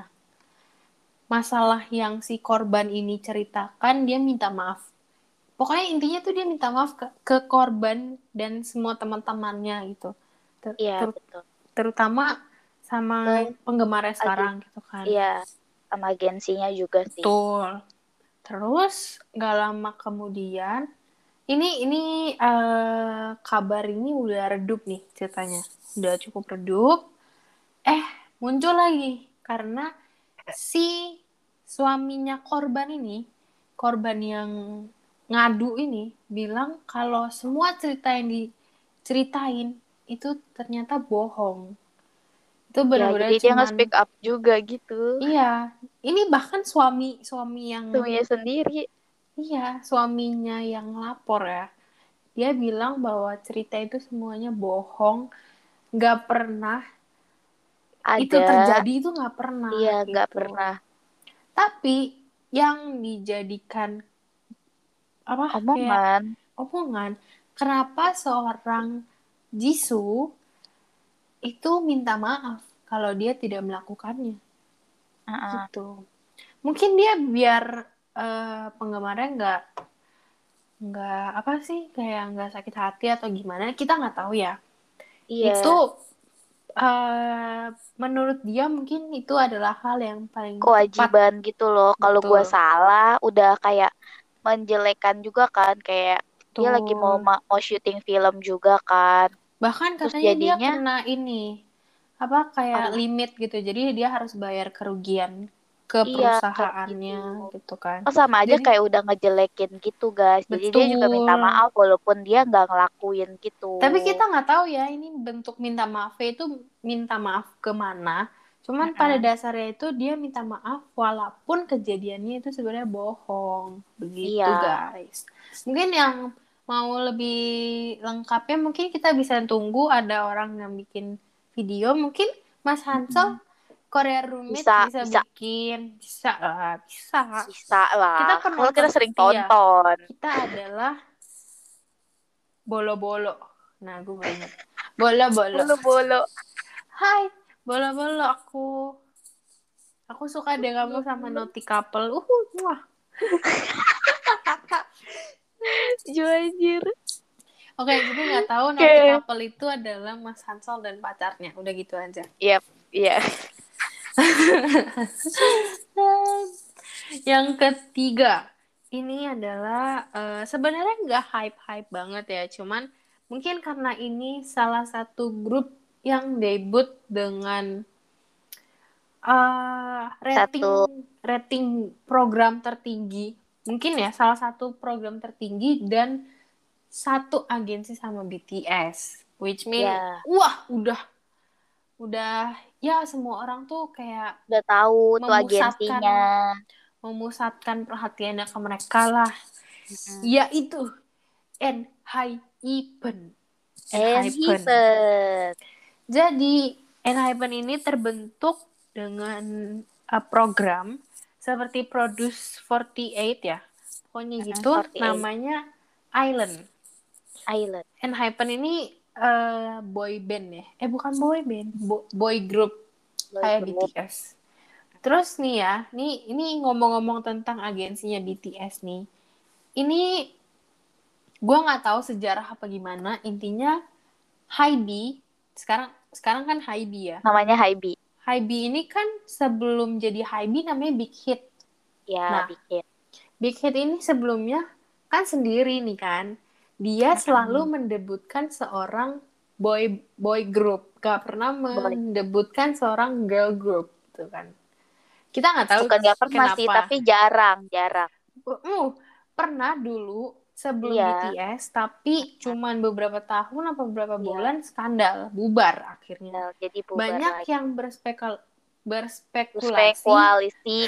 Speaker 1: Masalah yang si korban ini ceritakan, dia minta maaf. Pokoknya intinya tuh dia minta maaf ke, ke korban dan semua teman-temannya gitu. Ter-
Speaker 2: Iya,
Speaker 1: ter-
Speaker 2: betul.
Speaker 1: terutama sama
Speaker 2: Ke
Speaker 1: penggemarnya
Speaker 2: agen,
Speaker 1: sekarang gitu kan.
Speaker 2: iya, sama agensinya juga sih.
Speaker 1: Betul. Terus gak lama kemudian, ini ini eh, kabar ini udah redup nih ceritanya, udah cukup redup. Eh muncul lagi karena si suaminya korban ini, korban yang ngadu ini bilang kalau semua cerita yang diceritain itu ternyata bohong. Itu
Speaker 2: Ya, jadi
Speaker 1: benar-benar
Speaker 2: dia nggak
Speaker 1: cuman
Speaker 2: speak up juga gitu.
Speaker 1: iya. Ini bahkan suami suami yang
Speaker 2: Semuanya sendiri
Speaker 1: iya, suaminya yang lapor ya. Dia bilang bahwa cerita itu semuanya bohong, nggak pernah itu
Speaker 2: ada.
Speaker 1: terjadi, itu nggak pernah
Speaker 2: Iya, nggak
Speaker 1: gitu.
Speaker 2: pernah.
Speaker 1: Tapi yang dijadikan apa kayak
Speaker 2: Omongan.
Speaker 1: omongan, kenapa seorang Jisoo itu minta maaf kalau dia tidak melakukannya
Speaker 2: Uh-uh.
Speaker 1: gitu. Mungkin dia biar uh, penggemarnya nggak nggak apa sih, kayak nggak sakit hati atau gimana, kita nggak tahu ya. Itu
Speaker 2: Iya,
Speaker 1: uh, menurut dia mungkin itu adalah hal yang paling tepat.
Speaker 2: kewajiban gitu loh. Kalau gua
Speaker 1: Betul,
Speaker 2: salah, udah kayak menjelekan juga kan. Kayak dia lagi mau
Speaker 1: betul.
Speaker 2: ma- mau syuting film juga kan.
Speaker 1: Bahkan
Speaker 2: Terus
Speaker 1: katanya dia
Speaker 2: jadinya
Speaker 1: kena ini, apa kayak
Speaker 2: apa?
Speaker 1: limit gitu. Jadi dia harus bayar kerugian ke
Speaker 2: Iya, kayak gitu.
Speaker 1: perusahaannya gitu kan.
Speaker 2: Oh, sama aja
Speaker 1: Jadi
Speaker 2: kayak udah ngejelekin gitu, guys. Jadi dia juga minta
Speaker 1: betul.
Speaker 2: maaf walaupun dia nggak ngelakuin gitu.
Speaker 1: Tapi kita nggak tahu ya ini bentuk minta maafnya itu minta maaf kemana. Cuman pada
Speaker 2: Mm-mm.
Speaker 1: dasarnya itu dia minta maaf walaupun kejadiannya itu sebenarnya bohong. Begitu
Speaker 2: Iya.
Speaker 1: guys. Mungkin yang mau lebih lengkapnya mungkin kita bisa tunggu ada orang yang bikin video. Mungkin Mas Hansel
Speaker 2: Mm-mm.
Speaker 1: Korea Roommate
Speaker 2: Bisa,
Speaker 1: bisa
Speaker 2: bisa,
Speaker 1: bikin, bisa lah, bisa.
Speaker 2: bisa
Speaker 1: Kita
Speaker 2: lah. Kalau kita
Speaker 1: penonton
Speaker 2: sering
Speaker 1: setia.
Speaker 2: tonton.
Speaker 1: Kita adalah bolo-bolo. Nah, gue baru ingat. Bolo-bolo.
Speaker 2: Bolo-bolo.
Speaker 1: Hai, bolo-bolo aku. Aku suka deh kamu sama
Speaker 2: Bolo-bolo.
Speaker 1: Naughty Couple. Uhuh, wah.
Speaker 2: Anjir.
Speaker 1: Oke, jadi nggak tahu Naughty
Speaker 2: Oke.
Speaker 1: Couple itu adalah Mas Hansol dan pacarnya. Udah gitu aja.
Speaker 2: Yap, iya.
Speaker 1: Yang ketiga, ini adalah eh, sebenarnya nggak hype-hype banget ya, cuman mungkin karena ini salah satu grup yang debut dengan eh, rating
Speaker 2: Satu.
Speaker 1: rating program tertinggi, mungkin ya salah satu program tertinggi dan satu agensi sama B T S, which mean
Speaker 2: Ya,
Speaker 1: wah udah udah ya semua orang tuh kayak
Speaker 2: udah tahu tuh agensinya.
Speaker 1: memusatkan memusatkan perhatiannya ke mereka lah,
Speaker 2: Mm-mm.
Speaker 1: yaitu ENHYPEN.
Speaker 2: And
Speaker 1: ENHYPEN.
Speaker 2: Heaven.
Speaker 1: Jadi ENHYPEN ini terbentuk dengan uh, program seperti Produce forty eight ya. Pokoknya
Speaker 2: Mm-mm,
Speaker 1: gitu
Speaker 2: forty eight
Speaker 1: namanya Island.
Speaker 2: Island.
Speaker 1: ENHYPEN ini uh, boy band ya. Eh bukan boy band, Bo- boy group
Speaker 2: Boy
Speaker 1: kayak
Speaker 2: group.
Speaker 1: B T S. Terus nih ya, nih ini ngomong-ngomong tentang agensinya B T S nih. Ini gue nggak tahu sejarah apa gimana. Intinya Hybe sekarang sekarang kan Hybe ya.
Speaker 2: Namanya Hybe.
Speaker 1: Hybe ini kan sebelum jadi Hybe namanya Big Hit.
Speaker 2: Ya,
Speaker 1: Nah,
Speaker 2: bikin.
Speaker 1: Big Hit ini sebelumnya kan sendiri nih kan. Dia selalu
Speaker 2: Mm-mm.
Speaker 1: mendebutkan seorang boy boy group, gak pernah
Speaker 2: Boy.
Speaker 1: mendebutkan seorang girl group, gitu kan. Kita nggak tahu
Speaker 2: Bukan gak pernah sih,
Speaker 1: kenapa.
Speaker 2: tapi jarang, jarang.
Speaker 1: Uh, pernah dulu sebelum
Speaker 2: Iya,
Speaker 1: B T S, tapi cuman beberapa tahun atau beberapa
Speaker 2: iya.
Speaker 1: bulan skandal, bubar akhirnya.
Speaker 2: Ya, jadi bubar
Speaker 1: Banyak
Speaker 2: lagi.
Speaker 1: yang berspekal
Speaker 2: Terus
Speaker 1: berspekulasi,
Speaker 2: koalisi.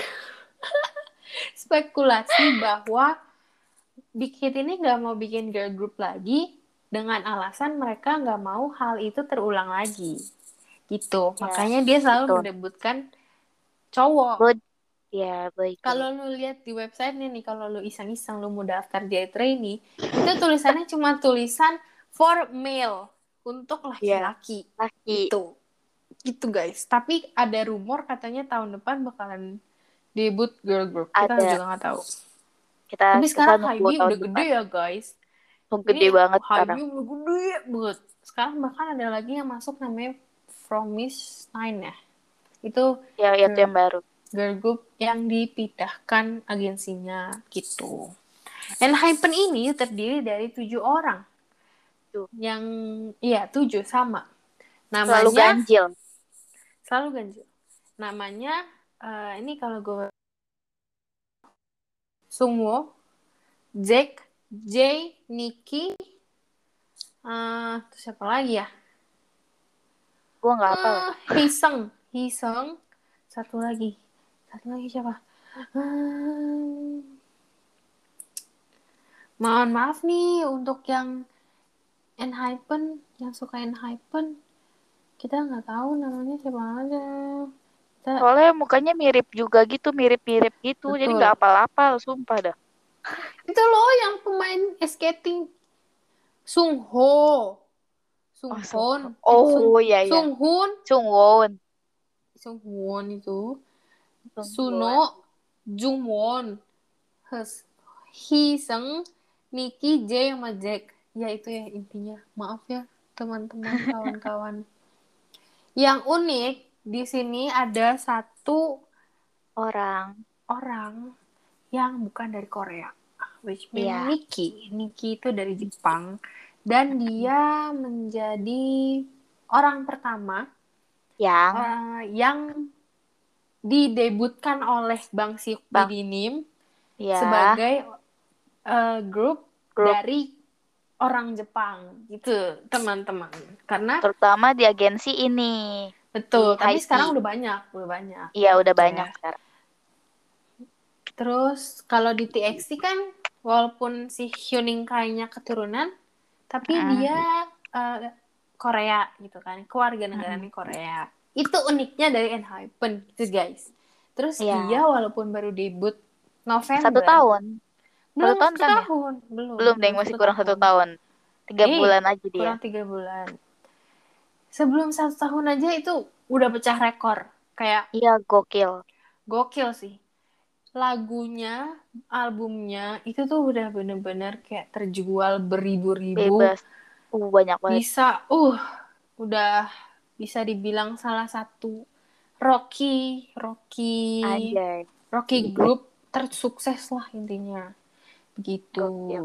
Speaker 1: spekulasi bahwa Big Hit ini nggak mau bikin girl group lagi dengan alasan mereka nggak mau hal itu terulang lagi. Gitu.
Speaker 2: Ya,
Speaker 1: Makanya dia
Speaker 2: itu.
Speaker 1: selalu mendebutkan cowok.
Speaker 2: Boy, ya, boy
Speaker 1: Kalau
Speaker 2: group.
Speaker 1: lu lihat di websitenya nih, kalau lu iseng-iseng lu mau daftar J trainee, itu tulisannya cuma tulisan for male untuk
Speaker 2: Ya,
Speaker 1: laki-laki.
Speaker 2: laki.
Speaker 1: Itu. Gitu guys. Tapi ada rumor katanya tahun depan bakalan debut girl group. Kita
Speaker 2: Ada.
Speaker 1: juga nggak tahu.
Speaker 2: Kita
Speaker 1: Tapi
Speaker 2: kita
Speaker 1: sekarang
Speaker 2: nunggu
Speaker 1: Hybe
Speaker 2: tahun
Speaker 1: udah gede
Speaker 2: depan.
Speaker 1: ya guys.
Speaker 2: Tuh gede
Speaker 1: Ini
Speaker 2: banget
Speaker 1: Hybe
Speaker 2: sekarang.
Speaker 1: udah gede banget. Sekarang bahkan ada lagi yang masuk namanya Promise Nine ya. Itu
Speaker 2: Ya, itu
Speaker 1: girl
Speaker 2: yang baru.
Speaker 1: girl group yang dipindahkan agensinya gitu. ENHYPEN ini terdiri dari tujuh orang.
Speaker 2: Tuh.
Speaker 1: Yang, iya tujuh sama.
Speaker 2: Selalu
Speaker 1: Namanya,
Speaker 2: ganjil.
Speaker 1: selalu ganjil. Namanya, uh, ini kalau gue, Sungwoo, Jack, Jay, Nicky, uh, terus siapa lagi ya?
Speaker 2: Gue nggak hafal.
Speaker 1: Uh, Hiseng, Hiseng, satu lagi. Satu lagi siapa? Hmm, mohon maaf nih untuk yang ENHYPEN, yang suka ENHYPEN, kita nggak tahu namanya siapa aja. Kita,
Speaker 2: Soalnya mukanya mirip juga gitu, mirip-mirip gitu. Jadi nggak
Speaker 1: betul.
Speaker 2: apal-apal, sumpah dah.
Speaker 1: Itu loh yang pemain skating Sungho,
Speaker 2: Oh, sumpah.
Speaker 1: Sunghon, eh Sung
Speaker 2: Oh, iya, iya.
Speaker 1: Sunghun,
Speaker 2: Sungwon.
Speaker 1: Sunghwon itu, Suno,
Speaker 2: Sungwon.
Speaker 1: Jungwon, Hes, Hiseng, Nicky, J sama Jack. Ya itu ya intinya. Maaf ya teman-teman, kawan-kawan. Yang unik di sini ada satu
Speaker 2: Orang.
Speaker 1: orang yang bukan dari Korea, which mean
Speaker 2: Iya.
Speaker 1: Nicky. Nicky itu dari Jepang dan dia menjadi orang pertama
Speaker 2: Yang.
Speaker 1: uh, yang didebutkan oleh Bang
Speaker 2: Bang.
Speaker 1: Sikbidinim
Speaker 2: Ya.
Speaker 1: sebagai uh, grup
Speaker 2: Grup.
Speaker 1: dari orang Jepang gitu teman-teman, karena
Speaker 2: Terutama di agensi ini.
Speaker 1: betul,
Speaker 2: Di
Speaker 1: tapi
Speaker 2: Hybe.
Speaker 1: sekarang udah banyak udah banyak
Speaker 2: Iya, udah
Speaker 1: gitu
Speaker 2: banyak
Speaker 1: ya.
Speaker 2: sekarang.
Speaker 1: Terus kalau di T X T kan walaupun si Hyuning kayaknya keturunan, tapi
Speaker 2: Mm-mm.
Speaker 1: dia uh, Korea gitu kan, keluarga negaranya
Speaker 2: Mm-mm.
Speaker 1: Korea. Itu uniknya dari Enhypen gitu guys. Terus dia
Speaker 2: Iya.
Speaker 1: walaupun baru debut
Speaker 2: Satu
Speaker 1: November,
Speaker 2: tahun. Satu
Speaker 1: belum
Speaker 2: tahun
Speaker 1: satu
Speaker 2: kan ya?
Speaker 1: tahun, belum,
Speaker 2: Belum, deh,
Speaker 1: belum
Speaker 2: masih
Speaker 1: satu
Speaker 2: kurang satu
Speaker 1: tahun.
Speaker 2: tahun. Tiga
Speaker 1: Eh,
Speaker 2: bulan aja dia.
Speaker 1: kurang tiga bulan. Sebelum satu tahun aja itu udah pecah rekor. Kayak
Speaker 2: Iya, gokil.
Speaker 1: gokil sih. Lagunya, albumnya itu tuh udah bener-bener kayak terjual beribu-ribu.
Speaker 2: Bebas. Uh, banyak banget.
Speaker 1: Bisa, uh, udah bisa dibilang salah satu Rocky, Rocky,
Speaker 2: Anjay.
Speaker 1: Rocky Group tersukses lah intinya. Begitu.
Speaker 2: Gokil.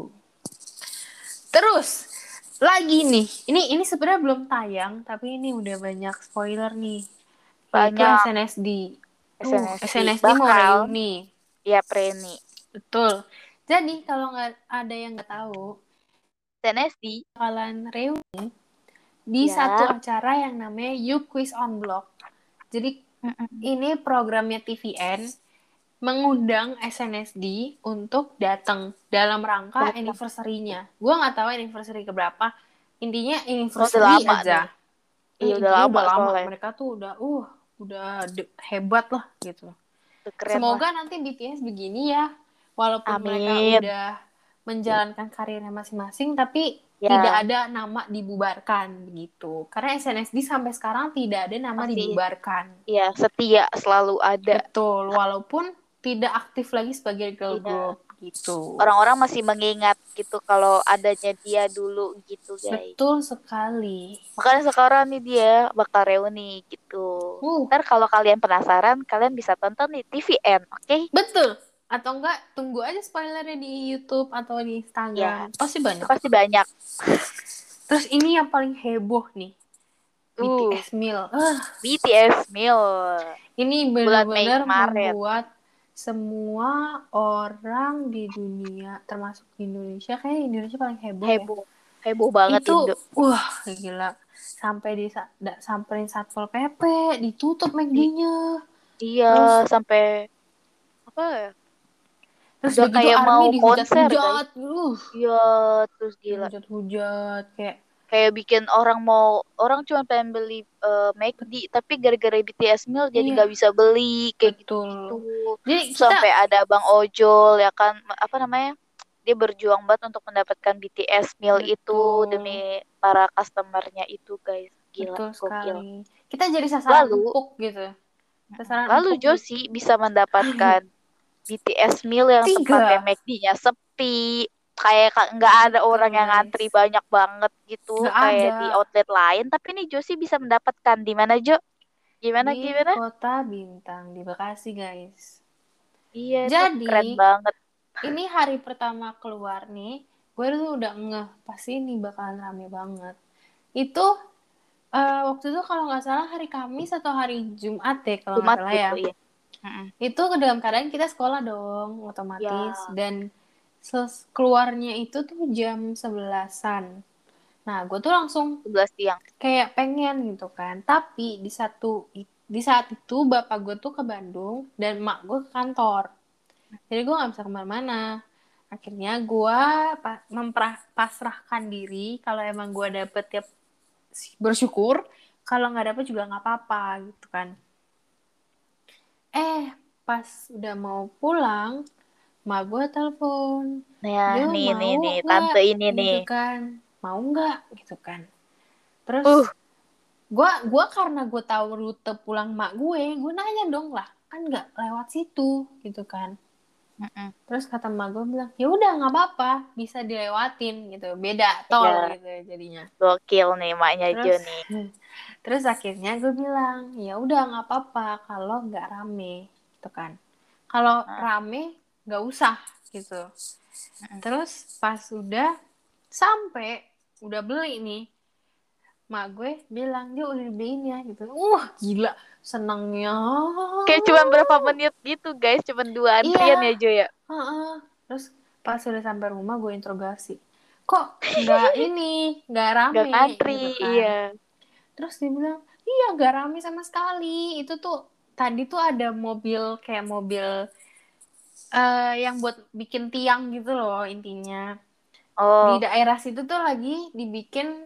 Speaker 1: Terus lagi nih, ini ini sebenarnya belum tayang, tapi ini udah banyak spoiler nih, yaitu
Speaker 2: Banyak
Speaker 1: S N S D. Uh,
Speaker 2: S N S D.
Speaker 1: S N S D mau
Speaker 2: Bakal.
Speaker 1: reuni,
Speaker 2: Ya, Preni.
Speaker 1: betul. Jadi kalau nggak ada yang nggak tahu,
Speaker 2: S N S D.
Speaker 1: bakalan reuni di satu
Speaker 2: Ya.
Speaker 1: acara yang namanya You Quiz on Block. Jadi
Speaker 2: Mm-mm.
Speaker 1: ini programnya T V N mengundang S N S D untuk datang dalam rangka
Speaker 2: Datang.
Speaker 1: anniversary-nya. Gue nggak tahu anniversary keberapa. Intinya
Speaker 2: Oh, udah
Speaker 1: anniversary
Speaker 2: lama nih.
Speaker 1: aja.
Speaker 2: Iya,
Speaker 1: Hmm,
Speaker 2: udah
Speaker 1: intinya
Speaker 2: lama
Speaker 1: udah lama.
Speaker 2: soalnya.
Speaker 1: Mereka tuh udah, uh, udah de- hebat lah gitu.
Speaker 2: Udah keren lah.
Speaker 1: Semoga nanti B T S begini ya. Walaupun mereka
Speaker 2: Amin.
Speaker 1: udah menjalankan karirnya masing-masing, tapi tidak
Speaker 2: Ya,
Speaker 1: ada nama dibubarkan begitu. Karena S N S D sampai sekarang tidak ada nama
Speaker 2: masih
Speaker 1: dibubarkan.
Speaker 2: ya setia selalu ada.
Speaker 1: Betul, walaupun tidak aktif lagi sebagai girl
Speaker 2: Iya.
Speaker 1: group gitu.
Speaker 2: Orang-orang masih mengingat gitu kalau adanya dia dulu gitu, guys.
Speaker 1: Betul sekali.
Speaker 2: Makanya sekarang nih dia bakal reuni gitu.
Speaker 1: Uh,
Speaker 2: Ntar kalau kalian penasaran, kalian bisa tonton di T V N, oke?
Speaker 1: betul. Atau enggak, tunggu aja spoilernya di YouTube atau di
Speaker 2: Ya,
Speaker 1: Instagram. Pasti
Speaker 2: itu
Speaker 1: banyak.
Speaker 2: pasti banyak.
Speaker 1: Terus ini yang paling heboh nih,
Speaker 2: Uh,
Speaker 1: B T S Meal. Uh,
Speaker 2: B T S Meal
Speaker 1: ini
Speaker 2: bulan Mei
Speaker 1: benar-benar
Speaker 2: kemarin.
Speaker 1: membuat semua orang di dunia, termasuk di Indonesia, kayak Indonesia paling heboh ya.
Speaker 2: Heboh. Heboh banget
Speaker 1: Itu,
Speaker 2: Indo.
Speaker 1: wah gila. Sampai di da, samperin Satpol P P, ditutup
Speaker 2: I-
Speaker 1: McD-nya.
Speaker 2: iya,
Speaker 1: Terus
Speaker 2: sampai apa ya?
Speaker 1: terus
Speaker 2: Udah
Speaker 1: udah gitu
Speaker 2: kayak mau
Speaker 1: Army
Speaker 2: konser, guys.
Speaker 1: dihujat-hujat. Uh,
Speaker 2: Iya, terus gila.
Speaker 1: dihujat-hujat kayak
Speaker 2: Kayak bikin orang mau orang cuma pengen beli uh, McD tapi gara-gara B T S Meal jadi
Speaker 1: iya,
Speaker 2: nggak bisa beli kayak gitu-gitu.
Speaker 1: betul. Jadi kita
Speaker 2: Sampai ada Bang Ojol ya kan apa namanya? Dia berjuang banget untuk mendapatkan B T S Meal itu
Speaker 1: betul,
Speaker 2: demi para customernya itu, guys. Gila,
Speaker 1: betul
Speaker 2: gokil.
Speaker 1: sekali. Kita jadi sasaran
Speaker 2: Lalu,
Speaker 1: empuk gitu. Sasaran
Speaker 2: lalu
Speaker 1: empuk nih.
Speaker 2: Josie bisa mendapatkan B T S Meal yang tempatnya
Speaker 1: Tiga.
Speaker 2: McD-nya sepi, kayak ka- nggak ada orang
Speaker 1: Betul,
Speaker 2: yang
Speaker 1: guys.
Speaker 2: ngantri banyak banget gitu
Speaker 1: Nggak
Speaker 2: kayak
Speaker 1: ada
Speaker 2: di outlet lain, tapi nih Josie bisa mendapatkan di mana, Jo? Gimana
Speaker 1: di
Speaker 2: gimana?
Speaker 1: Kota Bintang di Bekasi, guys.
Speaker 2: Iya, itu keren
Speaker 1: Jadi,
Speaker 2: banget.
Speaker 1: ini hari pertama keluar nih, gue tuh udah ngeh, pasti ini bakalan rame banget. Itu eh, waktu itu kalau nggak salah hari Kamis atau hari Jumat deh kalau nggak
Speaker 2: Jumat
Speaker 1: salah ya.
Speaker 2: gitu ya. Mm-mm.
Speaker 1: Itu dalam keadaan kita sekolah dong, otomatis.
Speaker 2: Ya,
Speaker 1: Dan ses- keluarnya itu tuh jam sebelasan. Nah, gue tuh langsung
Speaker 2: sebelas siang.
Speaker 1: kayak pengen gitu kan. Tapi di satu di saat itu bapak gue tuh ke Bandung dan emak gue ke kantor. Jadi gue nggak bisa kemana-mana. Akhirnya gue mempasrahkan diri kalau emang gue dapet ya bersyukur, kalau nggak dapet juga nggak apa-apa gitu kan. Eh, pas udah mau pulang, mak gue telepon,
Speaker 2: Nah,
Speaker 1: Jo
Speaker 2: nih nih
Speaker 1: mau
Speaker 2: nih
Speaker 1: nggak
Speaker 2: tante ini nih.
Speaker 1: gitu kan, mau nggak gitu kan. Terus
Speaker 2: Uh,
Speaker 1: gue gua karena gue tahu rute pulang mak gue, gue nanya dong lah, kan nggak lewat situ gitu kan.
Speaker 2: mm-mm.
Speaker 1: Terus kata mak gue bilang, ya udah nggak apa-apa, bisa dilewatin gitu, beda tol
Speaker 2: Ya,
Speaker 1: gitu jadinya.
Speaker 2: gokil nih maknya Jo
Speaker 1: Terus
Speaker 2: nih.
Speaker 1: terus akhirnya gue bilang, ya udah nggak apa-apa kalau nggak rame gitu kan. Kalau
Speaker 2: Nah,
Speaker 1: rame nggak usah gitu.
Speaker 2: mm-mm.
Speaker 1: Terus pas udah sampai udah beli nih, mak gue bilang dia udah dibeliin ya gitu. Wah gila senangnya.
Speaker 2: Kayak cuma berapa menit gitu, guys. Cuma dua antrian
Speaker 1: Iya.
Speaker 2: ya, Jo ya.
Speaker 1: Heeh. Terus pas udah sampai rumah gue interogasi. Kok nggak ini, nggak
Speaker 2: Gak
Speaker 1: rame
Speaker 2: ngantri,
Speaker 1: gitu kan.
Speaker 2: iya.
Speaker 1: Terus dia bilang, iya nggak rame sama sekali. Itu tuh tadi tuh ada mobil kayak mobil eh, yang buat bikin tiang gitu loh intinya. Di
Speaker 2: Oh,
Speaker 1: daerah situ tuh lagi dibikin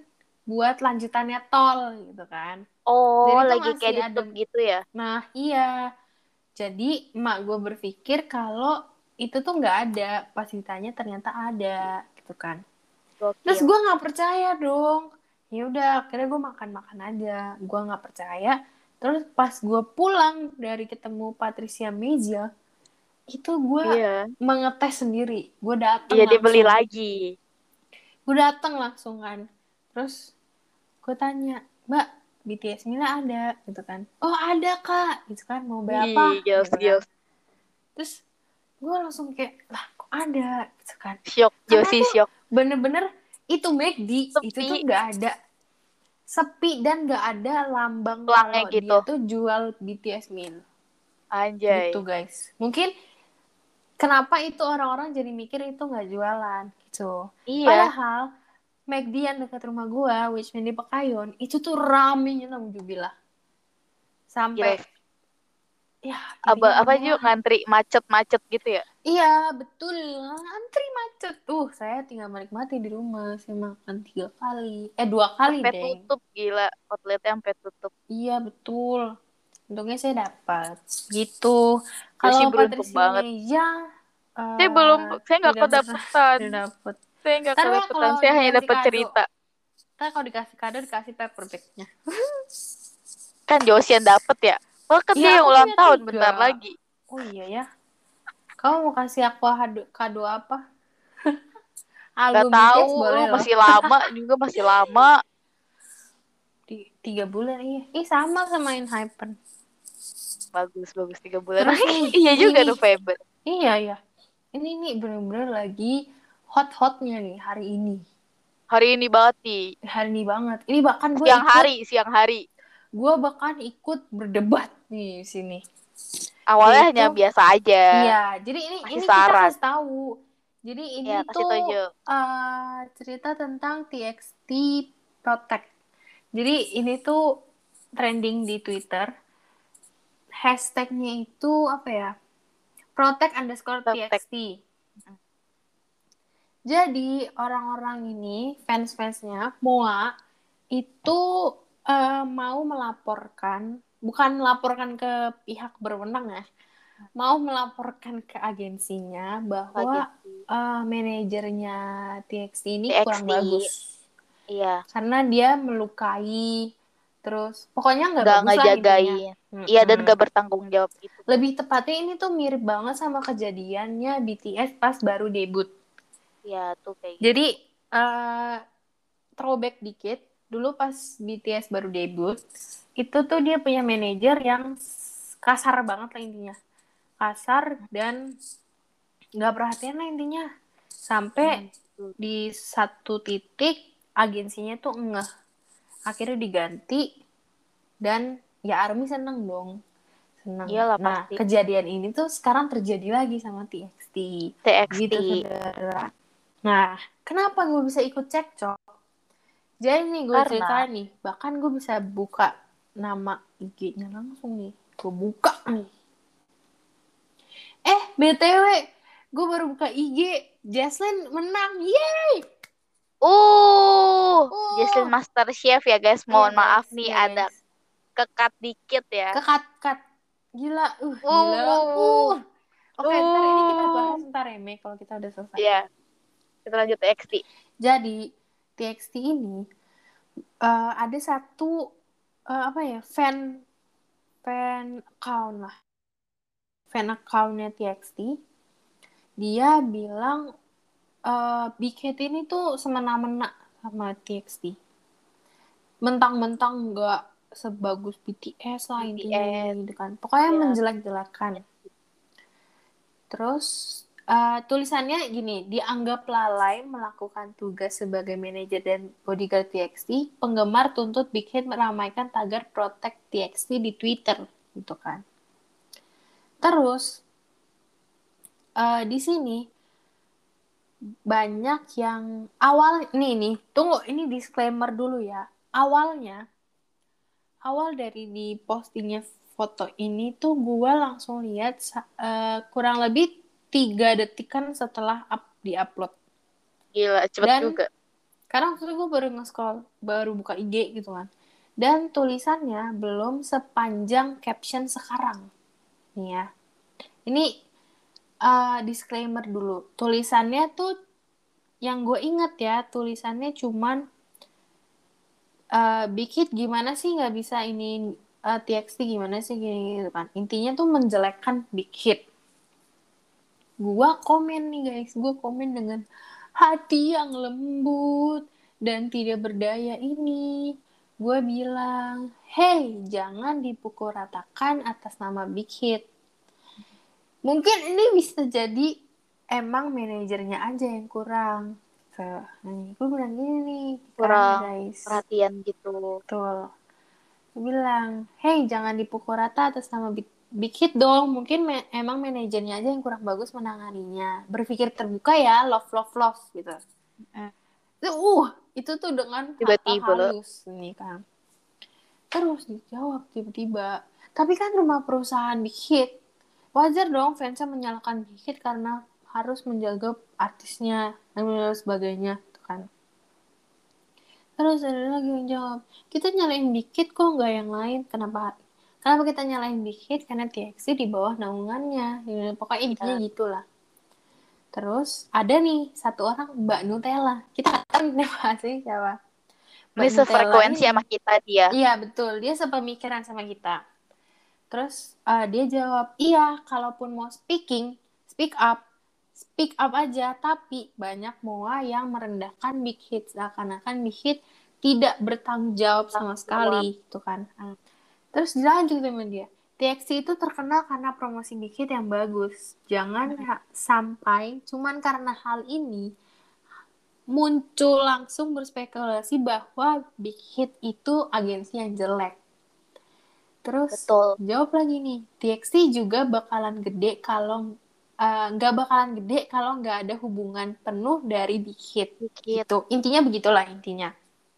Speaker 1: buat lanjutannya tol gitu kan.
Speaker 2: Oh,
Speaker 1: Jadi tuh
Speaker 2: lagi
Speaker 1: masih
Speaker 2: kayak
Speaker 1: ada,
Speaker 2: ditutup gitu ya?
Speaker 1: nah iya. Jadi emak gue berpikir kalau itu tuh nggak ada, pas ditanya ternyata ada gitu kan. Terus
Speaker 2: Gokil.
Speaker 1: gue nggak percaya dong. Ya udah, akhirnya gue makan-makan aja. Gue nggak percaya. Terus pas gue pulang dari ketemu Patricia Meja, itu gue
Speaker 2: Iya.
Speaker 1: mengetes sendiri. Gue datang
Speaker 2: Iya, dia beli
Speaker 1: langsung.
Speaker 2: lagi.
Speaker 1: Gue datang langsung kan. Terus gue tanya, Mbak, B T S Mila ada gitu kan. Oh ada kak, gitu kan. Mau
Speaker 2: Wih,
Speaker 1: berapa
Speaker 2: gils,
Speaker 1: gitu kan.
Speaker 2: gils.
Speaker 1: Terus gue langsung kayak, lah kok ada gitu kan.
Speaker 2: Syok,
Speaker 1: Karena
Speaker 2: Josi
Speaker 1: tuh
Speaker 2: syok.
Speaker 1: bener-bener itu McD itu
Speaker 2: Sepi
Speaker 1: tuh nggak ada, sepi, dan nggak ada lambang
Speaker 2: pelangnya
Speaker 1: kalau
Speaker 2: gitu.
Speaker 1: dia tuh jual B T S meal gitu
Speaker 2: Anjay.
Speaker 1: guys. Mungkin kenapa itu orang-orang jadi mikir itu nggak jualan gitu.
Speaker 2: Iya,
Speaker 1: Padahal McD yang dekat rumah gua, which mean di Pekayon, itu tuh ramenya nauzubillah.
Speaker 2: gils.
Speaker 1: Sampai ya
Speaker 2: Apa
Speaker 1: intinya
Speaker 2: apa
Speaker 1: ada
Speaker 2: juga
Speaker 1: lah.
Speaker 2: ngantri macet-macet gitu ya?
Speaker 1: Iya, betul. Antri macet. Tuh, saya tinggal menikmati di rumah. Saya makan tiga kali. Eh, dua kali,
Speaker 2: Sampai
Speaker 1: deng.
Speaker 2: tutup gila, outletnya sampai tutup.
Speaker 1: Iya, betul. Untungnya saya dapat. Gitu. Kalau
Speaker 2: Josi beruntung
Speaker 1: Patricia
Speaker 2: banget.
Speaker 1: Meja,
Speaker 2: Saya belum,
Speaker 1: eh
Speaker 2: saya nggak
Speaker 1: tidak pernah
Speaker 2: kedapetan.
Speaker 1: tidak dapat.
Speaker 2: Saya nggak
Speaker 1: Ntar ya
Speaker 2: kedapetan.
Speaker 1: kalau
Speaker 2: Saya hanya
Speaker 1: dikasih
Speaker 2: dapat
Speaker 1: kado.
Speaker 2: cerita.
Speaker 1: Ntar kalau dikasih kado, dikasih paper bag-nya.
Speaker 2: Kan Josi yang dapet ya. Oh, kan
Speaker 1: Iya,
Speaker 2: dia yang
Speaker 1: aku
Speaker 2: ulang
Speaker 1: punya
Speaker 2: tahun
Speaker 1: tiga.
Speaker 2: bentar lagi.
Speaker 1: Oh iya ya. Kamu mau kasih aku kado, kado apa?
Speaker 2: Gak
Speaker 1: Album
Speaker 2: tahu,
Speaker 1: B T S boleh
Speaker 2: lu
Speaker 1: loh.
Speaker 2: masih lama juga masih lama.
Speaker 1: Di, tiga bulan iya. Ih sama sama Hyper.
Speaker 2: Bagus, bagus tiga bulan.
Speaker 1: Terus nih,
Speaker 2: Iya
Speaker 1: nih
Speaker 2: juga
Speaker 1: nih.
Speaker 2: November.
Speaker 1: Iya ya. Ini nih bener-bener lagi hot-hotnya nih hari ini.
Speaker 2: Hari ini banget nih.
Speaker 1: Hari ini banget. Ini bahkan gue
Speaker 2: Siang
Speaker 1: ikut,
Speaker 2: hari, siang hari.
Speaker 1: gue bahkan ikut berdebat nih di sini.
Speaker 2: Awalnya hanya
Speaker 1: Yaitu,
Speaker 2: biasa aja.
Speaker 1: iya. Jadi ini
Speaker 2: Masih
Speaker 1: ini kita
Speaker 2: saran.
Speaker 1: kasih tahu. Jadi
Speaker 2: Ya,
Speaker 1: ini
Speaker 2: kasih tau
Speaker 1: tuh
Speaker 2: aja.
Speaker 1: uh, cerita tentang T X T Protect. Jadi ini tuh trending di Twitter. Hashtagnya itu apa ya? Protect underscore
Speaker 2: Tek.
Speaker 1: T X T. Jadi orang-orang ini, fans-fansnya, M O A, itu eh, mau melaporkan, bukan melaporkan ke pihak berwenang ya, mau melaporkan ke agensinya bahwa
Speaker 2: Agensi
Speaker 1: eh, manajernya T X T ini kurang
Speaker 2: T X T.
Speaker 1: bagus.
Speaker 2: Iya.
Speaker 1: Karena dia melukai, terus pokoknya nggak
Speaker 2: Nggak
Speaker 1: bagus lah intinya.
Speaker 2: ngejagain. Iya, dan
Speaker 1: Mm-mm.
Speaker 2: nggak bertanggung jawab gitu.
Speaker 1: Lebih tepatnya ini tuh mirip banget sama kejadiannya B T S pas baru debut.
Speaker 2: Iya, tuh kayak
Speaker 1: Jadi
Speaker 2: gitu.
Speaker 1: uh, throwback dikit, dulu pas B T S baru debut, itu tuh dia punya manajer yang kasar banget lah intinya. Kasar dan nggak perhatian lah intinya. Sampai
Speaker 2: Hmm, tuh.
Speaker 1: di satu titik agensinya tuh ngeh. Akhirnya diganti dan ya ARMY seneng dong. Seneng.
Speaker 2: Iyalah
Speaker 1: Nah,
Speaker 2: pasti.
Speaker 1: kejadian ini tuh sekarang terjadi lagi sama T X T. Gitu,
Speaker 2: T X T.
Speaker 1: saudara. Nah, kenapa gue bisa ikut cekcok? Jadi nih gue
Speaker 2: Karena
Speaker 1: ceritain nih, bahkan gue bisa buka nama I G-nya langsung nih. Gue buka nih. Eh, B T W, gue baru buka I G, Jaslyn menang, yeay!
Speaker 2: Uh, Jesslyn
Speaker 1: Uh,
Speaker 2: Master Chef ya guys.
Speaker 1: iya
Speaker 2: Mohon maaf
Speaker 1: guys,
Speaker 2: nih
Speaker 1: iya
Speaker 2: ada
Speaker 1: guys.
Speaker 2: kekat dikit ya.
Speaker 1: Kekat-kat. Gila, uh, gila.
Speaker 2: Uh,
Speaker 1: Uh. Oke, ntar ini kita bahas
Speaker 2: uh,
Speaker 1: ntar ya, Mei, kalau kita udah selesai.
Speaker 2: ya, kita lanjut T X T.
Speaker 1: Jadi, T X T ini uh, ada satu uh, apa ya, fan fan account lah. Fan account-nya T X T. Dia bilang uh, B K T ini tuh semena-mena sama T X T. Mentang-mentang nggak sebagus B T S lah intinya
Speaker 2: B T S
Speaker 1: gitu kan. Pokoknya
Speaker 2: ya.
Speaker 1: menjelek-jelekan. Terus uh, tulisannya gini, dianggap lalai melakukan tugas sebagai manajer dan bodyguard T X T, penggemar tuntut Big Hit meramaikan tagar Protect T X T di Twitter gitu kan. Terus uh, di sini banyak yang awal nih nih tunggu ini disclaimer dulu ya. Awalnya awal dari di postingnya foto ini tuh gue langsung lihat uh, kurang lebih tiga detikan setelah up di upload.
Speaker 2: Gila, cepet
Speaker 1: Dan
Speaker 2: juga.
Speaker 1: Karena waktu itu gue baru nge-scroll, baru buka I G gitu kan. Dan tulisannya belum sepanjang caption sekarang. Nih ya. Ini uh, disclaimer dulu. Tulisannya tuh yang gue inget ya, tulisannya cuman uh, Big Hit gimana sih nggak bisa ini uh, T X T gimana sih gini gitu kan. Intinya tuh menjelekkan Big Hit. Gua komen nih guys, gua komen dengan hati yang lembut dan tidak berdaya ini. Gua bilang, hey, jangan dipukul ratakan atas nama Big Hit. Mungkin ini bisa jadi emang manajernya aja yang kurang. So, nih, gue bilang gini nih, kan
Speaker 2: Kurang
Speaker 1: guys.
Speaker 2: perhatian gitu.
Speaker 1: Betul. Gue bilang, hey, jangan dipukul rata atas nama Big, Big Hit dong. Mungkin me- emang manajernya aja yang kurang bagus menanganinya. Berpikir terbuka ya, love, love, love gitu.
Speaker 2: Mm.
Speaker 1: Itu, uh, itu tuh dengan kata
Speaker 2: Tiba-tiba
Speaker 1: halus nih kan. Terus dijawab tiba-tiba. Tapi kan rumah perusahaan Big Hit. Wajar dong fansnya menyalahkan Big Hit karena harus menjaga artisnya dan sebagainya. Tuh kan. Terus ada lagi yang jawab, kita nyalain dikit kok nggak yang lain. Kenapa? Kenapa kita nyalain dikit? Karena T X T di bawah naungannya. Ya, pokoknya intinya
Speaker 2: ya
Speaker 1: gitulah. Terus ada nih satu orang Mbak Nutella. Kita nggak tahu nih bahasanya siapa. Mbak
Speaker 2: ini
Speaker 1: Nutella
Speaker 2: sefrekuensi
Speaker 1: ini.
Speaker 2: sama kita dia.
Speaker 1: Iya betul, dia sepemikiran sama kita. Terus uh, dia jawab, iya kalaupun mau speaking, speak up. Speak up aja, tapi banyak moa yang merendahkan Big Hit. Seakan-akan Big Hit tidak bertanggung jawab sama
Speaker 2: Tanggung jawab.
Speaker 1: sekali, gitu kan.
Speaker 2: Hmm.
Speaker 1: Terus dilanjut sama dia, T X T itu terkenal karena promosi Big Hit yang bagus. Jangan
Speaker 2: Hmm.
Speaker 1: ha- sampai cuman karena hal ini muncul langsung berspekulasi bahwa Big Hit itu agensi yang jelek. Terus
Speaker 2: Betul.
Speaker 1: jawab lagi nih, T X T juga bakalan gede kalau eh, nggak uh, bakalan gede kalau nggak ada hubungan penuh dari Big Hit
Speaker 2: Dikit.
Speaker 1: gitu. Intinya begitulah intinya.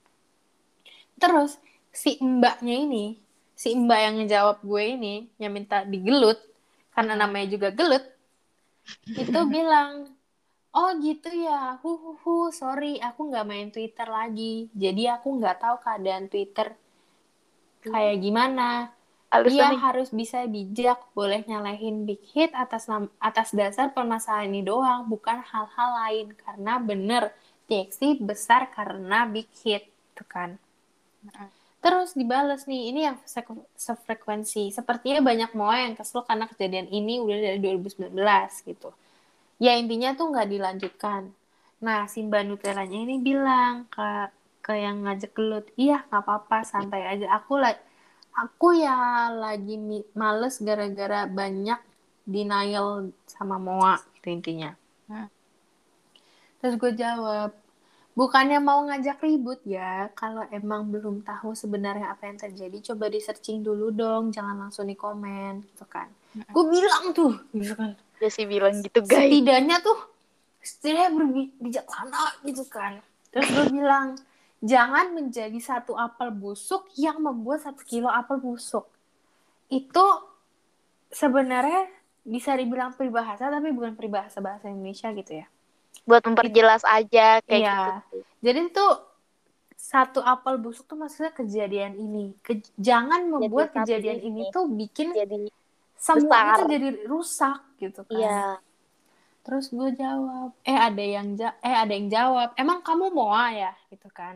Speaker 1: Terus si mbaknya ini, si mbak yang ngejawab gue ini, yang minta digelut, karena
Speaker 2: Hmm.
Speaker 1: namanya juga gelut, itu bilang, oh gitu ya, hu hu hu, sorry, aku nggak main Twitter lagi, jadi aku nggak tahu keadaan Twitter kayak gimana.
Speaker 2: Alasan
Speaker 1: Dia
Speaker 2: nih.
Speaker 1: harus bisa bijak, boleh nyalahin Big Hit atas atas dasar permasalahan ini doang, bukan hal-hal lain. Karena bener, T X T besar karena Big Hit, tuh kan.
Speaker 2: Hmm.
Speaker 1: Terus dibales nih, ini yang sefrekuensi. Sepertinya banyak moa yang kesel karena kejadian ini udah dari dua ribu sembilan belas gitu. Ya intinya tuh nggak dilanjutkan. Nah, si Mbak Nutellanya ini bilang ke ke yang ngajak gelut, iya nggak apa-apa, santai aja. Aku lah aku ya lagi males gara-gara banyak denial sama Moa gitu intinya.
Speaker 2: Hmm.
Speaker 1: Terus gue jawab, bukannya mau ngajak ribut ya, kalau emang belum tahu sebenarnya apa yang terjadi, coba di searching dulu dong, jangan langsung di komen gitu kan.
Speaker 2: Hmm.
Speaker 1: Gue bilang tuh gitu kan,
Speaker 2: Dia sih bilang gitu guys.
Speaker 1: setidaknya tuh setidaknya berbijaksana gitu kan. Terus gue bilang, jangan menjadi satu apel busuk yang membuat satu kilo apel busuk. Itu sebenarnya bisa dibilang peribahasa tapi bukan peribahasa bahasa Indonesia gitu ya.
Speaker 2: Buat
Speaker 1: It,
Speaker 2: memperjelas aja kayak gitu
Speaker 1: iya.
Speaker 2: tuh.
Speaker 1: Jadi itu satu apel busuk tuh maksudnya kejadian ini. Ke, jangan
Speaker 2: Jadi
Speaker 1: membuat
Speaker 2: satu
Speaker 1: kejadian ini
Speaker 2: ini.
Speaker 1: tuh bikin
Speaker 2: Jadi
Speaker 1: semuanya
Speaker 2: besar.
Speaker 1: tuh jadi rusak gitu kan.
Speaker 2: Iya.
Speaker 1: Terus gue jawab, eh ada yang ja eh ada yang jawab, emang kamu moa ya gitu kan.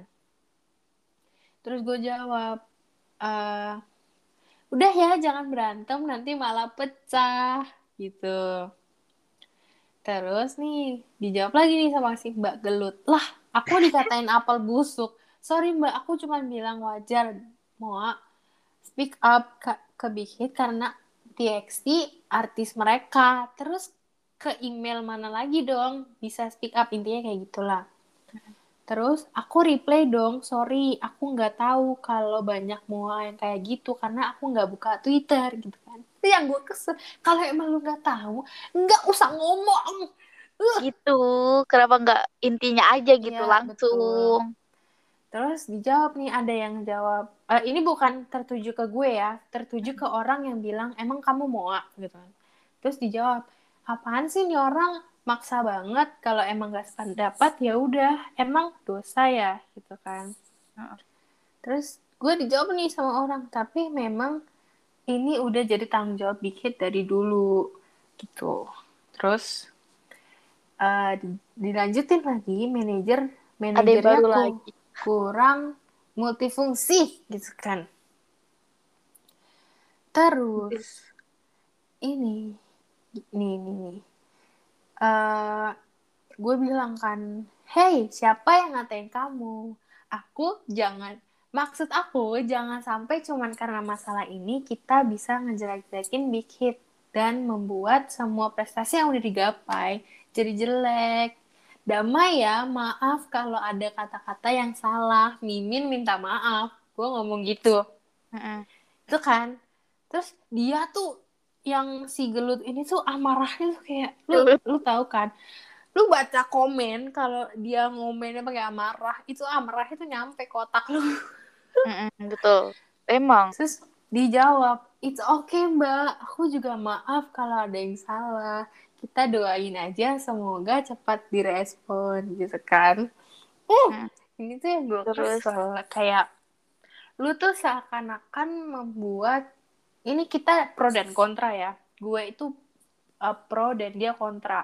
Speaker 1: Terus gue jawab, eh udah ya jangan berantem nanti malah pecah gitu. Terus nih, dijawab lagi nih sama si Mbak Gelut. Lah, aku dikatain apel busuk. Sorry Mbak, aku cuma bilang wajar. Mau speak up ke, ke Big Hit karena T X T artis mereka. Terus ke email mana lagi dong bisa speak up. Intinya kayak gitulah. Terus aku reply dong, sorry, aku nggak tahu kalau banyak moa yang kayak gitu karena aku nggak buka Twitter gitu kan. Itu yang gue kesel. Kalau emang lu nggak tahu, nggak usah ngomong. Uh,
Speaker 2: Gitu. Kenapa nggak intinya aja gitu
Speaker 1: Iya, betul.
Speaker 2: langsung.
Speaker 1: Terus dijawab nih, ada yang jawab, e, ini bukan tertuju ke gue ya, tertuju ke orang yang bilang, emang kamu moa gitu kan. Terus dijawab, apaan sih nih orang maksa banget, kalau emang gak sependapat ya udah, emang dosa ya gitu kan.
Speaker 2: Heeh.
Speaker 1: Terus gue dijawab nih sama orang, tapi memang ini udah jadi tanggung jawab Big Hit dari dulu gitu. Terus uh, dilanjutin lagi, manajer
Speaker 2: Ada yang
Speaker 1: manajernya
Speaker 2: baru
Speaker 1: ku
Speaker 2: lagi.
Speaker 1: kurang multifungsi gitu kan. Terus ini ini ini, ini. Uh, gue bilang kan, hey, siapa yang ngatain kamu? Aku jangan, maksud aku jangan sampai cuman karena masalah ini kita bisa ngejelek-jelekin Big Hit dan membuat semua prestasi yang udah digapai jadi jelek. Damai ya, maaf kalau ada kata-kata yang salah. Mimin minta maaf. Gue ngomong gitu.
Speaker 2: Heeh.
Speaker 1: Itu kan. Terus dia tuh yang si gelut ini tuh amarahnya tuh kayak, lu
Speaker 2: Gelut.
Speaker 1: lu tahu kan, lu baca komen kalau dia ngomennya pakai amarah, itu amarah itu nyampe ke otak lu.
Speaker 2: Heeh, betul. Emang.
Speaker 1: Terus dijawab, it's okay mbak, aku juga maaf kalau ada yang salah, kita doain aja semoga cepat direspon gitu kan. uh
Speaker 2: Heeh.
Speaker 1: ini tuh yang gue
Speaker 2: Terus
Speaker 1: kesel, kayak lu tuh seakan-akan membuat, ini kita pro dan kontra ya, gue itu uh, pro dan dia kontra.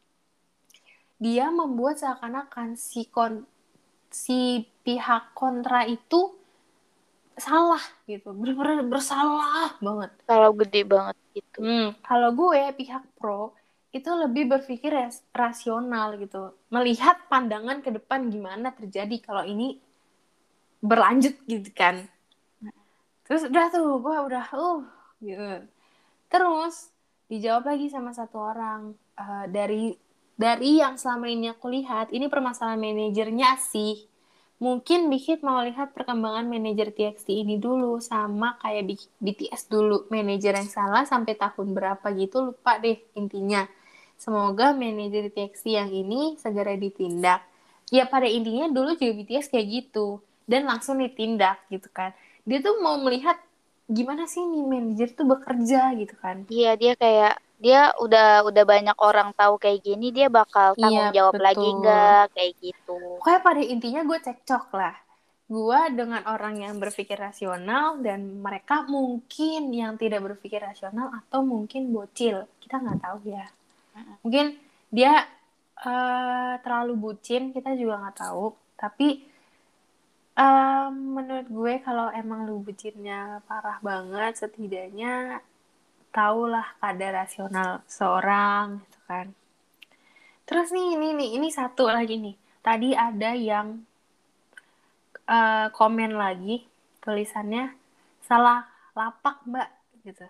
Speaker 1: Dia membuat seakan-akan si kon si pihak kontra itu salah gitu, bener-bener bersalah banget.
Speaker 2: kalau gede banget gitu.
Speaker 1: Hmm, kalau gue pihak pro itu lebih berpikir ras- rasional gitu, melihat pandangan ke depan gimana terjadi kalau ini berlanjut gitu kan. Terus udah tuh gue udah uh gitu. Terus dijawab lagi sama satu orang, uh, dari dari yang selama ini aku lihat, ini permasalahan manajernya sih. Mungkin Big mau lihat perkembangan manajer T X T ini dulu, sama kayak B T S dulu. Manajer yang salah sampai tahun berapa gitu, lupa deh intinya. Semoga manajer T X T yang ini segera ditindak. Ya pada intinya dulu juga B T S kayak gitu. Dan langsung ditindak gitu kan. Dia tuh mau melihat gimana sih nih manajer tuh bekerja gitu kan.
Speaker 2: Iya, dia kayak dia udah udah banyak orang tahu kayak gini, dia bakal
Speaker 1: Iya,
Speaker 2: tanggung jawab lagi
Speaker 1: betul.
Speaker 2: nggak kayak gitu.
Speaker 1: Pokoknya pada intinya gue cekcok lah. Gue dengan orang yang berpikir rasional dan mereka mungkin yang tidak berpikir rasional atau mungkin bocil. Kita nggak tahu ya.
Speaker 2: Mm-mm.
Speaker 1: Mungkin dia uh, terlalu bucin, kita juga nggak tahu. Tapi um, menurut gue kalau emang lu bucinnya parah banget, setidaknya tahulah kadar rasional seorang gitu kan. Terus nih, ini nih, ini satu lagi nih. Tadi ada yang uh, komen lagi, tulisannya salah lapak mbak gitu.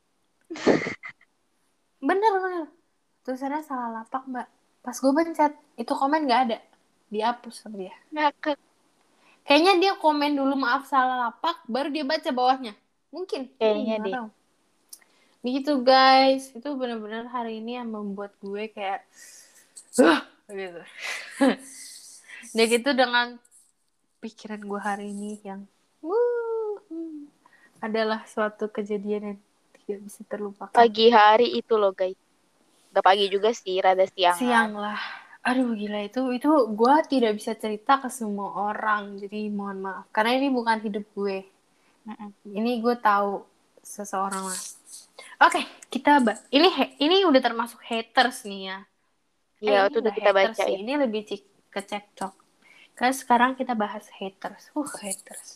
Speaker 1: Bener bener. Tulisannya salah lapak mbak. Pas gue pencet, itu komen nggak ada, dihapus sama dia.
Speaker 2: Ngakak
Speaker 1: Kayaknya dia komen dulu maaf salah lapak, baru dia baca bawahnya. Mungkin, kita
Speaker 2: kayaknya
Speaker 1: juga nggak
Speaker 2: deh.
Speaker 1: tahu. Begitu guys, itu benar-benar hari ini yang membuat gue kayak, uh, gitu. Dia gitu dengan pikiran gue hari ini yang wuh, adalah suatu kejadian yang tidak bisa terlupakan.
Speaker 2: Pagi hari itu loh guys. Gak pagi juga sih, rada siangan.
Speaker 1: Siang lah. Aduh gila, itu itu gue tidak bisa cerita ke semua orang, jadi mohon maaf karena ini bukan hidup gue.
Speaker 2: Mm-mm.
Speaker 1: Ini gue tahu seseorang lah. Oke, kita ba- ini ini udah termasuk haters nih ya.
Speaker 2: Iya,
Speaker 1: Eh ini
Speaker 2: itu udah
Speaker 1: nggak
Speaker 2: kita
Speaker 1: haters sih,
Speaker 2: bacain.
Speaker 1: ini lebih cik- ke cekcok. Karena sekarang kita bahas haters. Uh, haters.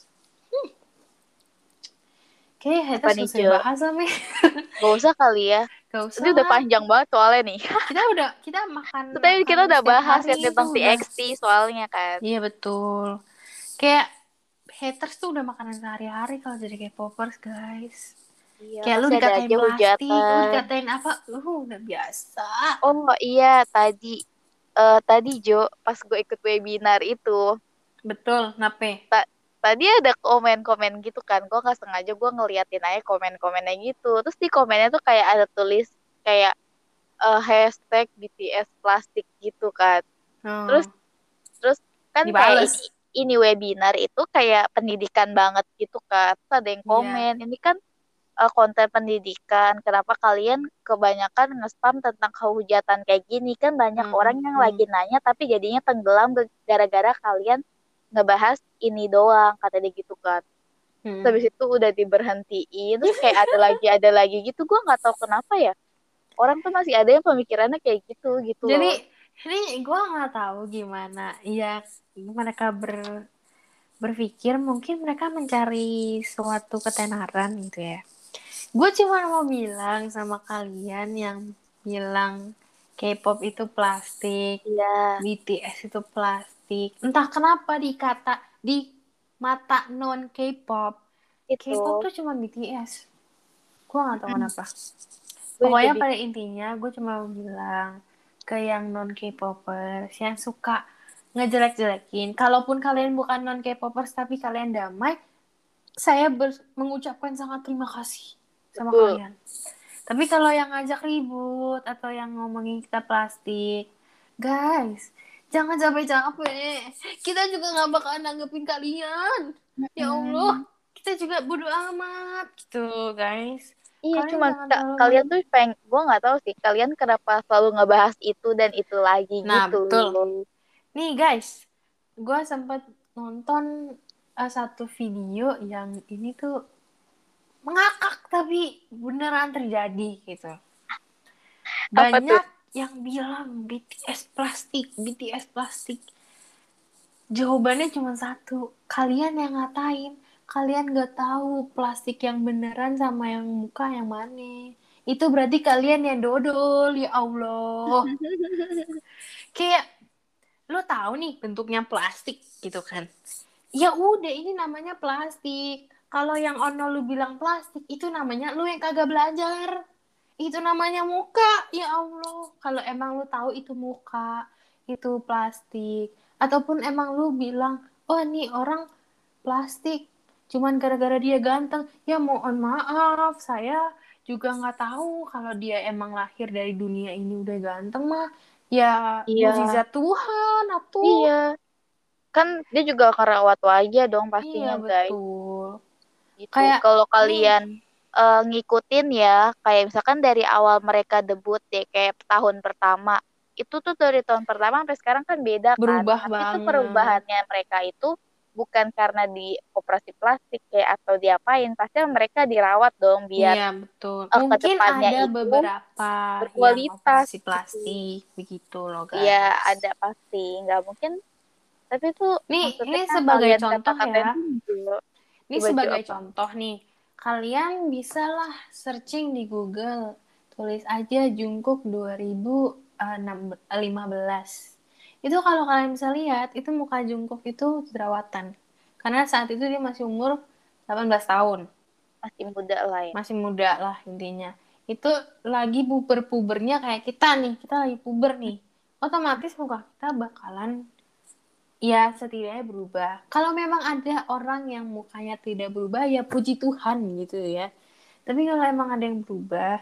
Speaker 1: Kayaknya
Speaker 2: Apa
Speaker 1: haters
Speaker 2: nih,
Speaker 1: susah
Speaker 2: Jo?
Speaker 1: dibahas lah, Mi.
Speaker 2: Gak usah kali ya.
Speaker 1: Gak
Speaker 2: Ini
Speaker 1: usah
Speaker 2: udah
Speaker 1: lah.
Speaker 2: panjang banget soalnya nih.
Speaker 1: Kita udah, kita makan
Speaker 2: Tapi
Speaker 1: makan
Speaker 2: kita udah
Speaker 1: setiap
Speaker 2: bahas
Speaker 1: hari
Speaker 2: yang
Speaker 1: itu
Speaker 2: tentang
Speaker 1: udah.
Speaker 2: T X T soalnya kan.
Speaker 1: Iya betul. Kayak haters tuh udah makanan sehari-hari kalau jadi K-popers, guys.
Speaker 2: Iya,
Speaker 1: Kayak lu
Speaker 2: pasti ada
Speaker 1: dikatain
Speaker 2: aja
Speaker 1: plastik, lu
Speaker 2: hujatan.
Speaker 1: dikatain apa, lu udah biasa.
Speaker 2: Oh iya, tadi eh tadi Jo, pas gue ikut webinar itu,
Speaker 1: Betul, nape?
Speaker 2: ta- tadi ada komen-komen gitu kan. Gue nggak sengaja gue ngeliatin aja komen-komennya gitu. Terus di komennya tuh kayak ada tulis kayak eh, hashtag B T S plastik gitu kan. Terus
Speaker 1: Oh,
Speaker 2: terus kan kayak ini
Speaker 1: dibales.
Speaker 2: ini webinar itu kayak pendidikan banget gitu kan. Terus ada yang
Speaker 1: Iya.
Speaker 2: komen, ini kan uh, konten pendidikan. Kenapa kalian kebanyakan nge-spam tentang kehujatan kayak gini? Kan banyak orang yang
Speaker 1: Mm-mm.
Speaker 2: lagi nanya tapi jadinya tenggelam ge- gara-gara kalian ngebahas ini doang, kata dia gitu kan. Terus
Speaker 1: Mm.
Speaker 2: habis itu udah diberhentiin, terus kayak ada lagi, ada lagi gitu. Gue nggak tahu kenapa ya. Orang tuh masih ada yang pemikirannya kayak gitu, gitu
Speaker 1: Jadi
Speaker 2: loh.
Speaker 1: ini gue nggak tahu gimana ya mereka ber berpikir mungkin mereka mencari suatu ketenaran gitu ya. Gue cuma mau bilang sama kalian yang bilang K-pop itu plastik,
Speaker 2: Iya,
Speaker 1: B T S itu plastik. Entah kenapa dikata di mata non K-pop, K-pop
Speaker 2: itu.
Speaker 1: tuh cuma B T S. Gue nggak tahu
Speaker 2: Mm-mm.
Speaker 1: kenapa.
Speaker 2: Gue juga
Speaker 1: Pokoknya pada
Speaker 2: bingung.
Speaker 1: intinya gue cuma mau bilang ke yang non K-popers yang suka ngejelek-jelekin. Kalaupun kalian bukan non K-popers tapi kalian damai, saya ber- mengucapkan sangat terima kasih sama
Speaker 2: Betul.
Speaker 1: kalian. Tapi kalau yang ngajak ribut atau yang ngomongin kita plastik, guys, jangan capek-capek. Kita juga nggak bakalan nanggepin kalian. Ya Allah,
Speaker 2: Mm-mm.
Speaker 1: kita juga bodo amat gitu, guys.
Speaker 2: Iya,
Speaker 1: Kalian
Speaker 2: cuma
Speaker 1: jangan
Speaker 2: ka-
Speaker 1: terlalu
Speaker 2: kalian
Speaker 1: men...
Speaker 2: tuh pengen, gue nggak tahu sih, kalian kenapa selalu ngebahas itu dan itu lagi
Speaker 1: Nah,
Speaker 2: gitu
Speaker 1: betul.
Speaker 2: loh.
Speaker 1: Nih, guys, gue sempat nonton uh, satu video yang ini tuh mengakak tapi beneran terjadi gitu.
Speaker 2: Apa tuh?
Speaker 1: Banyak yang bilang B T S plastik, B T S plastik. Jawabannya cuma satu. Kalian yang ngatain. Kalian gak tahu plastik yang beneran sama yang muka yang mana. Itu berarti kalian yang dodol, ya Allah. Kayak, lo tahu nih bentuknya plastik gitu kan. Ya udah ini namanya plastik. Kalau yang ono lu bilang plastik, itu namanya lu yang kagak belajar. Itu namanya muka, ya Allah. Kalau emang lu tahu itu muka, itu plastik, ataupun emang lu bilang, oh nih orang plastik, cuman gara-gara dia ganteng, ya mohon maaf, saya juga nggak tahu kalau dia emang lahir dari dunia ini udah ganteng mah, ya
Speaker 2: Iya,
Speaker 1: mukjizat Tuhan, atuh.
Speaker 2: iya. Kan dia juga kerawat wajah dong
Speaker 1: Iya
Speaker 2: pastinya, guys.
Speaker 1: betul.
Speaker 2: Gitu.
Speaker 1: Kayak
Speaker 2: Kalau
Speaker 1: nih
Speaker 2: kalian eh, ngikutin ya, kayak misalkan dari awal mereka debut deh, kayak tahun pertama. Itu tuh dari tahun pertama sampai sekarang kan beda kan.
Speaker 1: berubah
Speaker 2: Tapi itu
Speaker 1: banget.
Speaker 2: perubahannya mereka itu bukan karena di operasi plastik kayak atau diapain. Pasti mereka dirawat dong biar
Speaker 1: Iya, betul.
Speaker 2: eh, ke
Speaker 1: Mungkin
Speaker 2: depannya
Speaker 1: ada
Speaker 2: itu
Speaker 1: beberapa yang
Speaker 2: berkualitas
Speaker 1: operasi
Speaker 2: gitu.
Speaker 1: plastik, begitu loh,
Speaker 2: Iya,
Speaker 1: guys.
Speaker 2: ada pasti. Nggak mungkin. Tapi itu
Speaker 1: Nih,
Speaker 2: maksudnya
Speaker 1: ini
Speaker 2: yang
Speaker 1: sebagai
Speaker 2: kalian
Speaker 1: contoh
Speaker 2: kata-katain
Speaker 1: ya.
Speaker 2: tuh juga
Speaker 1: Ini
Speaker 2: di baju
Speaker 1: sebagai
Speaker 2: apa?
Speaker 1: contoh nih. Kalian bisalah searching di Google. Tulis aja Jungkook dua ribu lima belas. Itu kalau kalian bisa lihat, itu muka Jungkook itu jerawatan. Karena saat itu dia masih umur delapan belas tahun.
Speaker 2: Masih muda lah ya.
Speaker 1: Masih muda lah intinya. Itu lagi puber-pubernya kayak kita nih, kita lagi puber nih. Otomatis muka kita bakalan ya setidaknya berubah. Kalau memang ada orang yang mukanya tidak berubah ya puji Tuhan gitu ya. Tapi kalau emang ada yang berubah,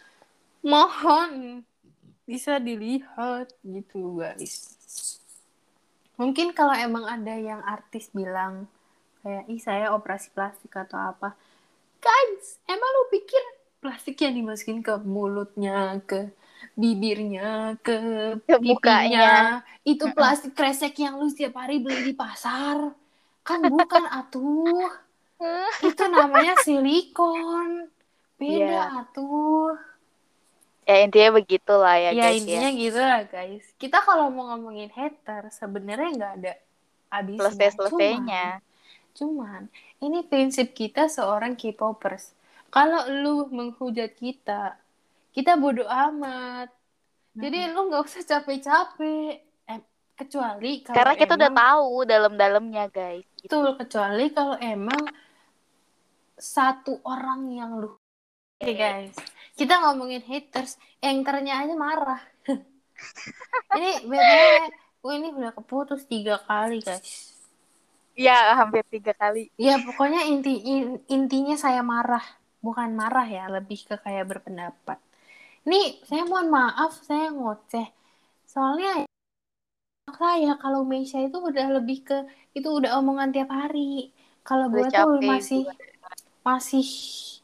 Speaker 1: mohon bisa dilihat gitu guys. Mungkin kalau emang ada yang artis bilang kayak ih saya operasi plastik atau apa, guys, emang lu pikir plastik yang dimasukin ke mulutnya, ke bibirnya, ke
Speaker 2: Ke
Speaker 1: pipinya,
Speaker 2: mukanya.
Speaker 1: itu plastik kresek yang lu setiap hari beli di pasar? Kan bukan atuh. Itu namanya silikon. Beda
Speaker 2: Iya,
Speaker 1: atuh.
Speaker 2: ya intinya begitulah ya
Speaker 1: Ya
Speaker 2: guys ya.
Speaker 1: intinya gitu lah guys. Kita kalau mau ngomongin hater sebenarnya nggak ada habisnya. Cuman,
Speaker 2: Selesai-selesainya.
Speaker 1: cuman ini prinsip kita seorang K-popers. Kalau lu menghujat kita, kita bodo amat. Jadi
Speaker 2: Mm-mm.
Speaker 1: lu nggak usah capek-capek. Eh, kecuali kalau
Speaker 2: Karena kita udah
Speaker 1: emang
Speaker 2: tahu dalam-dalamnya guys. Gitu.
Speaker 1: betul, kecuali kalau emang satu orang yang lu. Oke
Speaker 2: Eh,
Speaker 1: guys, kita ngomongin haters, anchornya aja marah. Ini B T W, gue ini udah keputus tiga kali guys.
Speaker 2: ya hampir tiga kali.
Speaker 1: Ya pokoknya inti in- intinya saya marah, bukan marah ya, lebih ke kayak berpendapat. Nih saya mohon maaf, saya ngoceh. Soalnya saya kalau Meisha itu udah lebih ke itu udah omongan tiap hari. Kalau
Speaker 2: Udah
Speaker 1: gue tuh
Speaker 2: capek
Speaker 1: masih
Speaker 2: gue.
Speaker 1: masih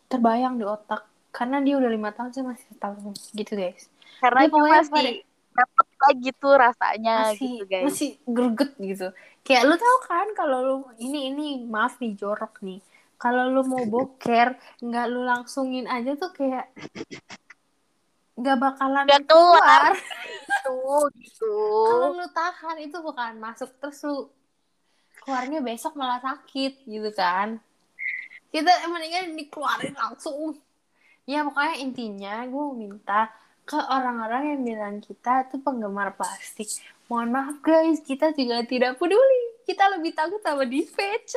Speaker 1: terbayang di otak karena dia udah lima tahun, saya masih setahun gitu guys.
Speaker 2: Karena
Speaker 1: Dia
Speaker 2: dia
Speaker 1: pokoknya
Speaker 2: masih
Speaker 1: pada
Speaker 2: dapet lagi tuh rasanya
Speaker 1: masih
Speaker 2: gitu guys.
Speaker 1: masih greget gitu. Kayak lu tahu kan kalau lu ini ini maaf nih jorok nih. Kalau lu mau boker, nggak lu langsungin aja tuh kayak nggak bakalan
Speaker 2: Gak keluar
Speaker 1: keluar.
Speaker 2: itu gitu.
Speaker 1: Kalau lu tahan itu bukan masuk terus lu keluarnya besok malah sakit gitu kan. Kita mendingan dikeluarin langsung. Ya pokoknya intinya gue minta ke orang-orang yang bilang kita tuh penggemar plastik. Mohon maaf guys, kita juga tidak peduli. Kita lebih takut sama defense.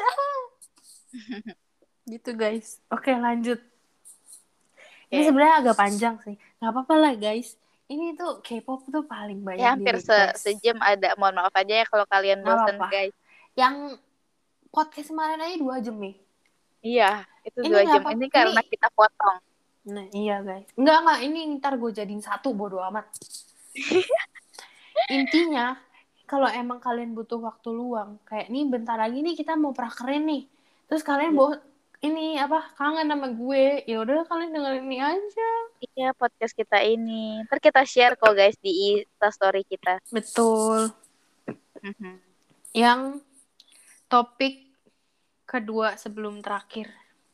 Speaker 1: Gitu guys. Oke lanjut. Ini
Speaker 2: Oke.
Speaker 1: sebenarnya agak panjang sih. Gak apa-apa lah guys. Ini tuh K-pop tuh paling
Speaker 2: Ya
Speaker 1: banyak di
Speaker 2: hampir se-
Speaker 1: request.
Speaker 2: sejam ada. Mohon maaf aja ya kalau kalian
Speaker 1: Gak
Speaker 2: bosen
Speaker 1: apa-apa.
Speaker 2: guys.
Speaker 1: Yang podcast kemarin aja dua jam nih.
Speaker 2: Iya, itu
Speaker 1: Ini
Speaker 2: dua
Speaker 1: gak
Speaker 2: jam.
Speaker 1: apa-apa.
Speaker 2: Ini
Speaker 1: Ini
Speaker 2: karena kita potong.
Speaker 1: Nah, iya guys. Enggak, enggak. Ini ntar gue jadiin satu, bodo amat. Intinya, kalau emang kalian butuh waktu luang, kayak nih bentar lagi nih kita mau prakerin nih. Terus kalian
Speaker 2: Iya,
Speaker 1: mau ini apa kangen sama gue, ya udah kalian dengerin ini aja.
Speaker 2: iya, podcast kita ini. Ntar kita share kok guys di Insta story kita.
Speaker 1: Betul.
Speaker 2: Mhm.
Speaker 1: Yang topik kedua sebelum terakhir.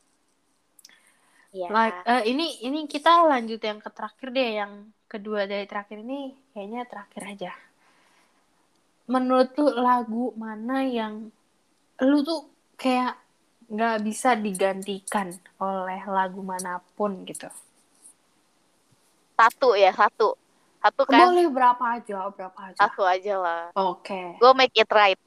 Speaker 2: Iya.
Speaker 1: Like, eh, ini ini kita lanjut yang ke terakhir deh, yang kedua dari terakhir ini kayaknya terakhir aja. Menurut tuh lagu mana yang lu tuh kayak nggak bisa digantikan oleh lagu manapun gitu?
Speaker 2: Satu ya, satu. Satu kan?
Speaker 1: Boleh berapa aja, berapa aja.
Speaker 2: Satu aja lah.
Speaker 1: Oke. Okay.
Speaker 2: Gue make it right.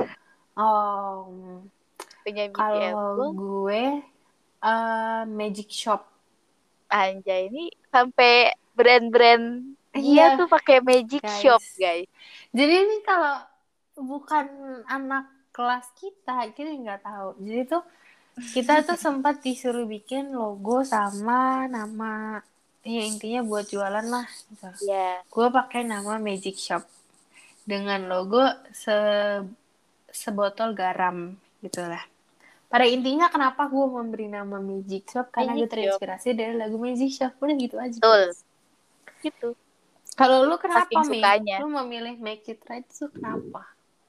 Speaker 1: Oh,
Speaker 2: Punya B T S.
Speaker 1: kalau
Speaker 2: Gue
Speaker 1: gue uh, Magic Shop.
Speaker 2: anjay ini sampai brand-brand dia
Speaker 1: Iya,
Speaker 2: tuh pakai Magic Shop
Speaker 1: guys.
Speaker 2: guys.
Speaker 1: Jadi ini kalau bukan anak kelas kita, kita nggak tahu. Jadi tuh kita tuh sempat disuruh bikin logo sama nama, ya intinya buat jualan lah gitu.
Speaker 2: Iya. Yeah.
Speaker 1: Gue pakai nama Magic Shop dengan logo se sebotol garam gitu lah. Pada intinya kenapa gue memberi nama Magic Shop karena
Speaker 2: Magic
Speaker 1: gue terinspirasi dari lagu Magic Shop. Udah gitu aja.
Speaker 2: Betul.
Speaker 1: Guys.
Speaker 2: Gitu.
Speaker 1: Kalau lu kenapa
Speaker 2: Saking
Speaker 1: Mi?
Speaker 2: sukanya.
Speaker 1: Lu memilih Make It Right itu kenapa?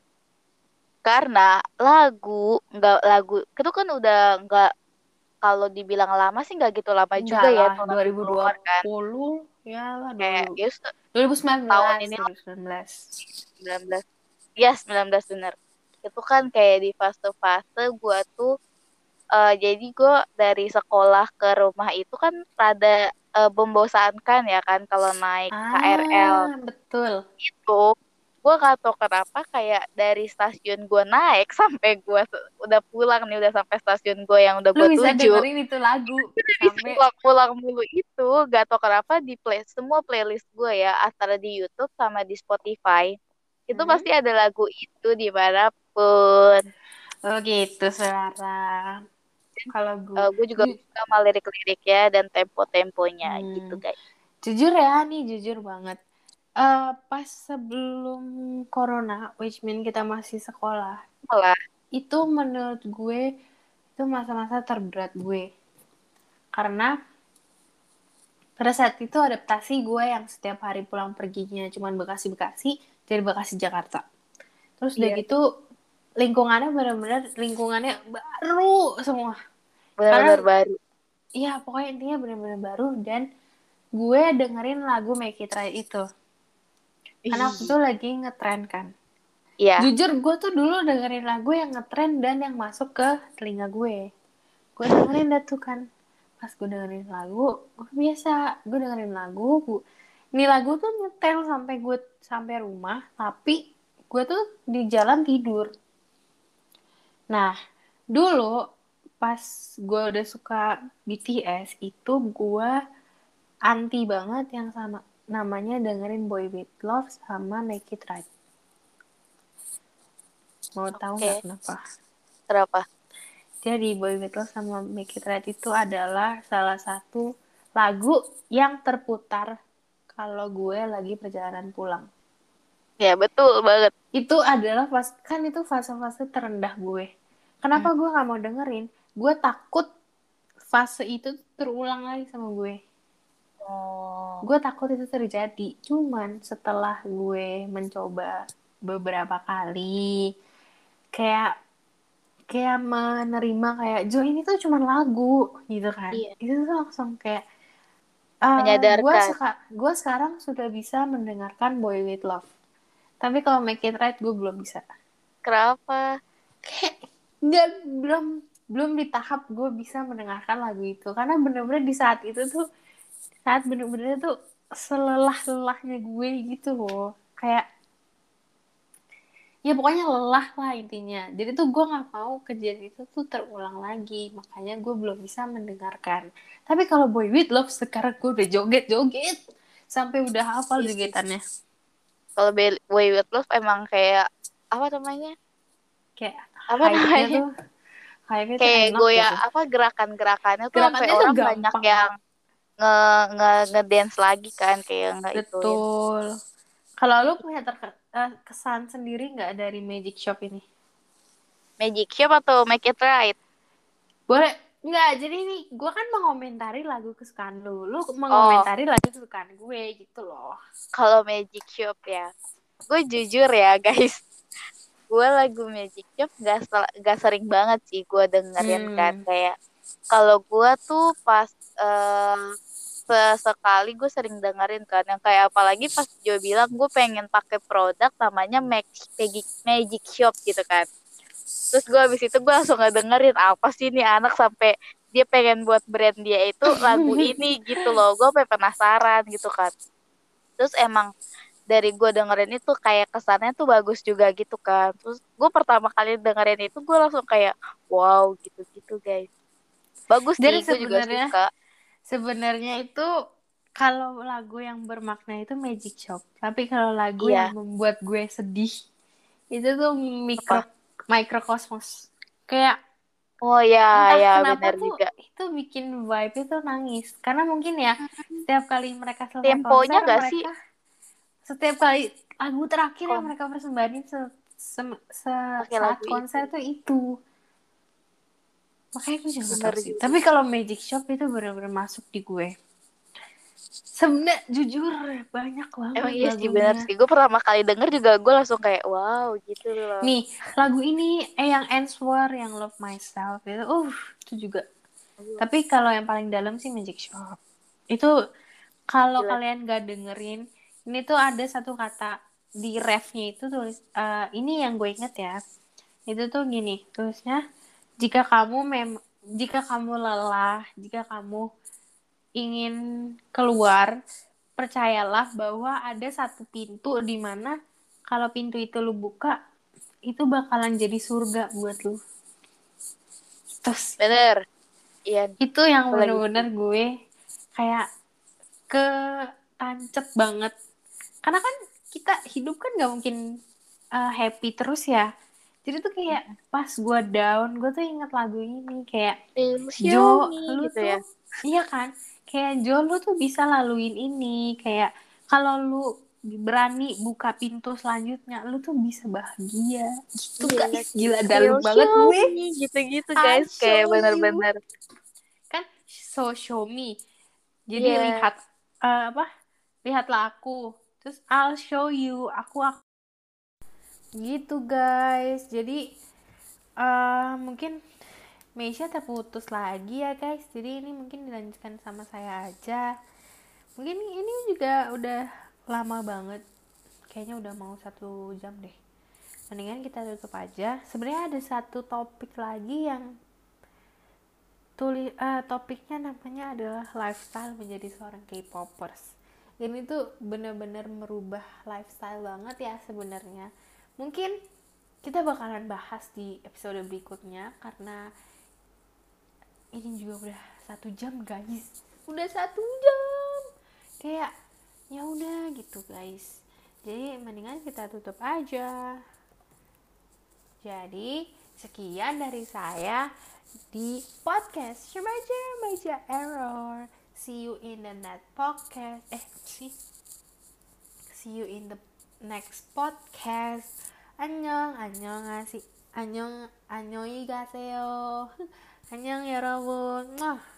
Speaker 2: Karena lagu nggak lagu itu kan udah nggak, kalau dibilang lama sih nggak gitu lama
Speaker 1: Enggak
Speaker 2: juga ya
Speaker 1: lah,
Speaker 2: tuh lagu
Speaker 1: dua ribu dua
Speaker 2: keluar kan.
Speaker 1: puluh ya lah,
Speaker 2: Kayak ya
Speaker 1: dua ribu sembilan belas,
Speaker 2: tahun ini
Speaker 1: dua ribu sembilan belas.
Speaker 2: sembilan belas. Ya, sembilan belas bener. Itu kan kayak di fase-fase gue tuh uh, jadi gue dari sekolah ke rumah itu kan rada uh, membosankan ya kan kalau naik K R L
Speaker 1: Ah, betul.
Speaker 2: itu. Gue gak tau kenapa kayak dari stasiun gue naik sampai gue udah pulang nih, udah sampai stasiun gue yang udah
Speaker 1: Lu
Speaker 2: gue
Speaker 1: bisa
Speaker 2: tuju,
Speaker 1: dengerin itu lagu
Speaker 2: bisa
Speaker 1: sampai
Speaker 2: pulang-pulang mulu itu. Gak tau kenapa di play semua playlist gue ya, antara di YouTube sama di Spotify, itu
Speaker 1: hmm?
Speaker 2: pasti ada lagu itu dimanapun.
Speaker 1: Oh gitu, Sarah. Kalau gue,
Speaker 2: Uh, gue juga
Speaker 1: ju-
Speaker 2: suka sama lirik-liriknya dan tempo-temponya gitu
Speaker 1: hmm,
Speaker 2: guys.
Speaker 1: jujur ya nih, jujur banget. Uh, pas sebelum corona, which mean kita masih sekolah,
Speaker 2: Malah,
Speaker 1: itu menurut gue itu masa-masa terberat gue. Karena pada saat itu adaptasi gue yang setiap hari pulang perginya cuman Bekasi-Bekasi, dari Bekasi Jakarta. Terus udah
Speaker 2: iya,
Speaker 1: gitu lingkungannya benar-benar lingkungannya baru semua.
Speaker 2: benar-benar
Speaker 1: Karena
Speaker 2: baru.
Speaker 1: iya pokoknya intinya benar-benar baru, dan gue dengerin lagu Make It Right itu. Karena waktu itu
Speaker 2: Ih,
Speaker 1: lagi ngetren kan.
Speaker 2: iya.
Speaker 1: Jujur gue tuh dulu dengerin lagu yang ngetren dan yang masuk ke telinga gue. Gue dengerin dah tuh kan. Pas gue dengerin lagu, gue biasa. Gue dengerin lagu, gue... ini lagu tuh nyetel sampai gue sampai rumah, tapi gue tuh di jalan tidur. Nah, dulu pas gue udah suka B T S, itu gue anti banget yang sama namanya dengerin Boy With Love sama Make It Right. Mau tahu
Speaker 2: Oke,
Speaker 1: nggak kenapa?
Speaker 2: berapa?
Speaker 1: Jadi Boy With Love sama Make It Right itu adalah salah satu lagu yang terputar kalau gue lagi perjalanan pulang.
Speaker 2: Ya, betul banget.
Speaker 1: Itu adalah pas kan itu fase-fase terendah gue. Kenapa
Speaker 2: Hmm.
Speaker 1: gue nggak mau dengerin? Gue takut fase itu terulang lagi sama gue.
Speaker 2: Oh.
Speaker 1: Gue takut itu terjadi. Cuman setelah gue mencoba beberapa kali, kayak kayak menerima kayak Jo ini tuh cuma lagu gitu kan.
Speaker 2: Iya,
Speaker 1: Itu tuh langsung kayak uh, gue
Speaker 2: menyadarkan.
Speaker 1: seka gue sekarang sudah bisa mendengarkan Boy With Love. Tapi kalau Make It Right gue belum bisa.
Speaker 2: Kenapa?
Speaker 1: Kayak nggak belum belum di tahap gue bisa mendengarkan lagu itu karena bener-bener di saat itu tuh saat bener-bener tuh selelah-lelahnya gue gitu loh kayak ya pokoknya lelah lah intinya jadi tuh gue nggak mau kejadian itu tuh terulang lagi makanya gue belum bisa mendengarkan tapi kalau Boy With Love sekarang gue udah joget-joget sampai udah hafal
Speaker 2: Iya sih.
Speaker 1: jogetannya
Speaker 2: Kalau Be- Way With Love emang kayak apa namanya?
Speaker 1: kayak
Speaker 2: Apa
Speaker 1: hype-nya
Speaker 2: namanya?
Speaker 1: tuh hype-nya tuh
Speaker 2: Kayak
Speaker 1: enak
Speaker 2: goya
Speaker 1: gitu
Speaker 2: apa gerakan-gerakannya tuh sampai
Speaker 1: gerakannya tuh
Speaker 2: orang banyak
Speaker 1: gampang
Speaker 2: yang nge nge ngedance lagi kan kayak nggak ituin.
Speaker 1: betul. Kalau lu punya terke- eh, kesan sendiri nggak dari Magic Shop ini?
Speaker 2: Magic Shop atau Make It Right?
Speaker 1: Boleh nggak? Jadi nih, gue kan mengomentari lagu kesukaan lu, lu
Speaker 2: Oh,
Speaker 1: mengomentari lagu kesukaan gue gitu loh.
Speaker 2: kalau Magic Shop ya. Gue jujur ya guys, gue lagu Magic Shop gak, sel- gak sering banget sih gue dengerin kan.
Speaker 1: Hmm.
Speaker 2: Kayak kalau gue tuh pas eh, sesekali gue sering dengerin kan. Yang kayak apalagi pas Jo bilang gue pengen pakai produk namanya Mag- Magic, Magic Shop gitu kan. Terus gue abis itu gue langsung gak dengerin apa sih ini anak sampai dia pengen buat brand dia itu lagu ini gitu loh. Gue sampai penasaran gitu kan. Terus emang dari gue dengerin itu kayak kesannya tuh bagus juga gitu kan. Terus gue pertama kali dengerin itu gue langsung kayak wow gitu-gitu guys. Bagus sih,
Speaker 1: Jadi
Speaker 2: gue juga
Speaker 1: sebenarnya
Speaker 2: suka.
Speaker 1: sebenarnya itu kalau lagu yang bermakna itu Magic Shop, tapi kalau lagu yang
Speaker 2: Iya,
Speaker 1: membuat gue sedih itu tuh mikro
Speaker 2: apa?
Speaker 1: mikrokosmos. Kayak
Speaker 2: Oh ya,
Speaker 1: entah
Speaker 2: ya
Speaker 1: kenapa
Speaker 2: benar
Speaker 1: tuh
Speaker 2: juga.
Speaker 1: itu bikin vibe itu nangis karena mungkin ya
Speaker 2: Hmm,
Speaker 1: setiap kali mereka selesai
Speaker 2: temponya
Speaker 1: konser
Speaker 2: gak sih?
Speaker 1: mereka setiap kali lagu terakhir yang
Speaker 2: Kon
Speaker 1: mereka persembahin se, se- se-
Speaker 2: pakai
Speaker 1: saat
Speaker 2: lagu itu.
Speaker 1: konser tuh itu makanya gue juga gak
Speaker 2: Bener
Speaker 1: tau sih
Speaker 2: juga.
Speaker 1: tapi kalau Magic Shop itu benar-benar masuk di gue sebenarnya jujur banyak
Speaker 2: Emang
Speaker 1: banget
Speaker 2: iya sih bener
Speaker 1: lagunya
Speaker 2: sih. Gue pertama kali denger juga gue langsung kayak wow gitu loh.
Speaker 1: nih lagu ini eh yang Answer yang Love Myself itu uh itu juga tapi kalau yang paling dalam sih Magic Shop itu kalau
Speaker 2: Gila.
Speaker 1: kalian gak dengerin ini tuh ada satu kata di refnya itu tulis eh, ini yang gue inget ya itu tuh gini tulisnya jika kamu mem jika kamu lelah jika kamu ingin keluar percayalah bahwa ada satu pintu di mana kalau pintu itu lu buka itu bakalan jadi surga buat lu terus
Speaker 2: Bener. Iya,
Speaker 1: itu yang
Speaker 2: gue lagi
Speaker 1: bener-bener
Speaker 2: setuju.
Speaker 1: gue kayak ketancep banget karena kan kita hidup kan nggak mungkin uh, happy terus ya jadi tuh kayak pas gue down gue tuh inget lagu ini kayak
Speaker 2: Will show
Speaker 1: Jo
Speaker 2: me
Speaker 1: lu
Speaker 2: gitu ya.
Speaker 1: tuh iya kan kayak Jo lu tuh bisa laluin ini kayak kalau lu berani buka pintu selanjutnya lu tuh bisa bahagia gitu
Speaker 2: Iya,
Speaker 1: guys gila dalam
Speaker 2: will
Speaker 1: banget
Speaker 2: show
Speaker 1: gue
Speaker 2: me gitu-gitu
Speaker 1: I
Speaker 2: guys. Kayak
Speaker 1: show you
Speaker 2: bener-bener.
Speaker 1: kan so show me jadi
Speaker 2: Iya,
Speaker 1: lihat eh, apa lihatlah aku terus I'll show you aku, aku gitu guys jadi eh mungkin Meisha terputus lagi ya guys jadi ini mungkin dilanjutkan sama saya aja mungkin ini juga udah lama banget kayaknya udah mau satu jam deh mendingan kita tutup aja sebenarnya ada satu topik lagi yang Tuli, uh, topiknya namanya adalah lifestyle menjadi seorang K-popers. Ini tuh bener-bener merubah lifestyle banget ya sebenarnya. Mungkin kita bakalan bahas di episode berikutnya karena ini juga udah satu jam guys. Udah satu jam. Kayak ya udah gitu guys. Jadi mendingan kita tutup aja. Jadi sekian dari saya di podcast Remaja Remaja Error. See you in the next podcast. Eh, sih. See you in the next podcast. 안녕, 안녕하시, 안녕, 안녕히 가세요. 안녕 여러분.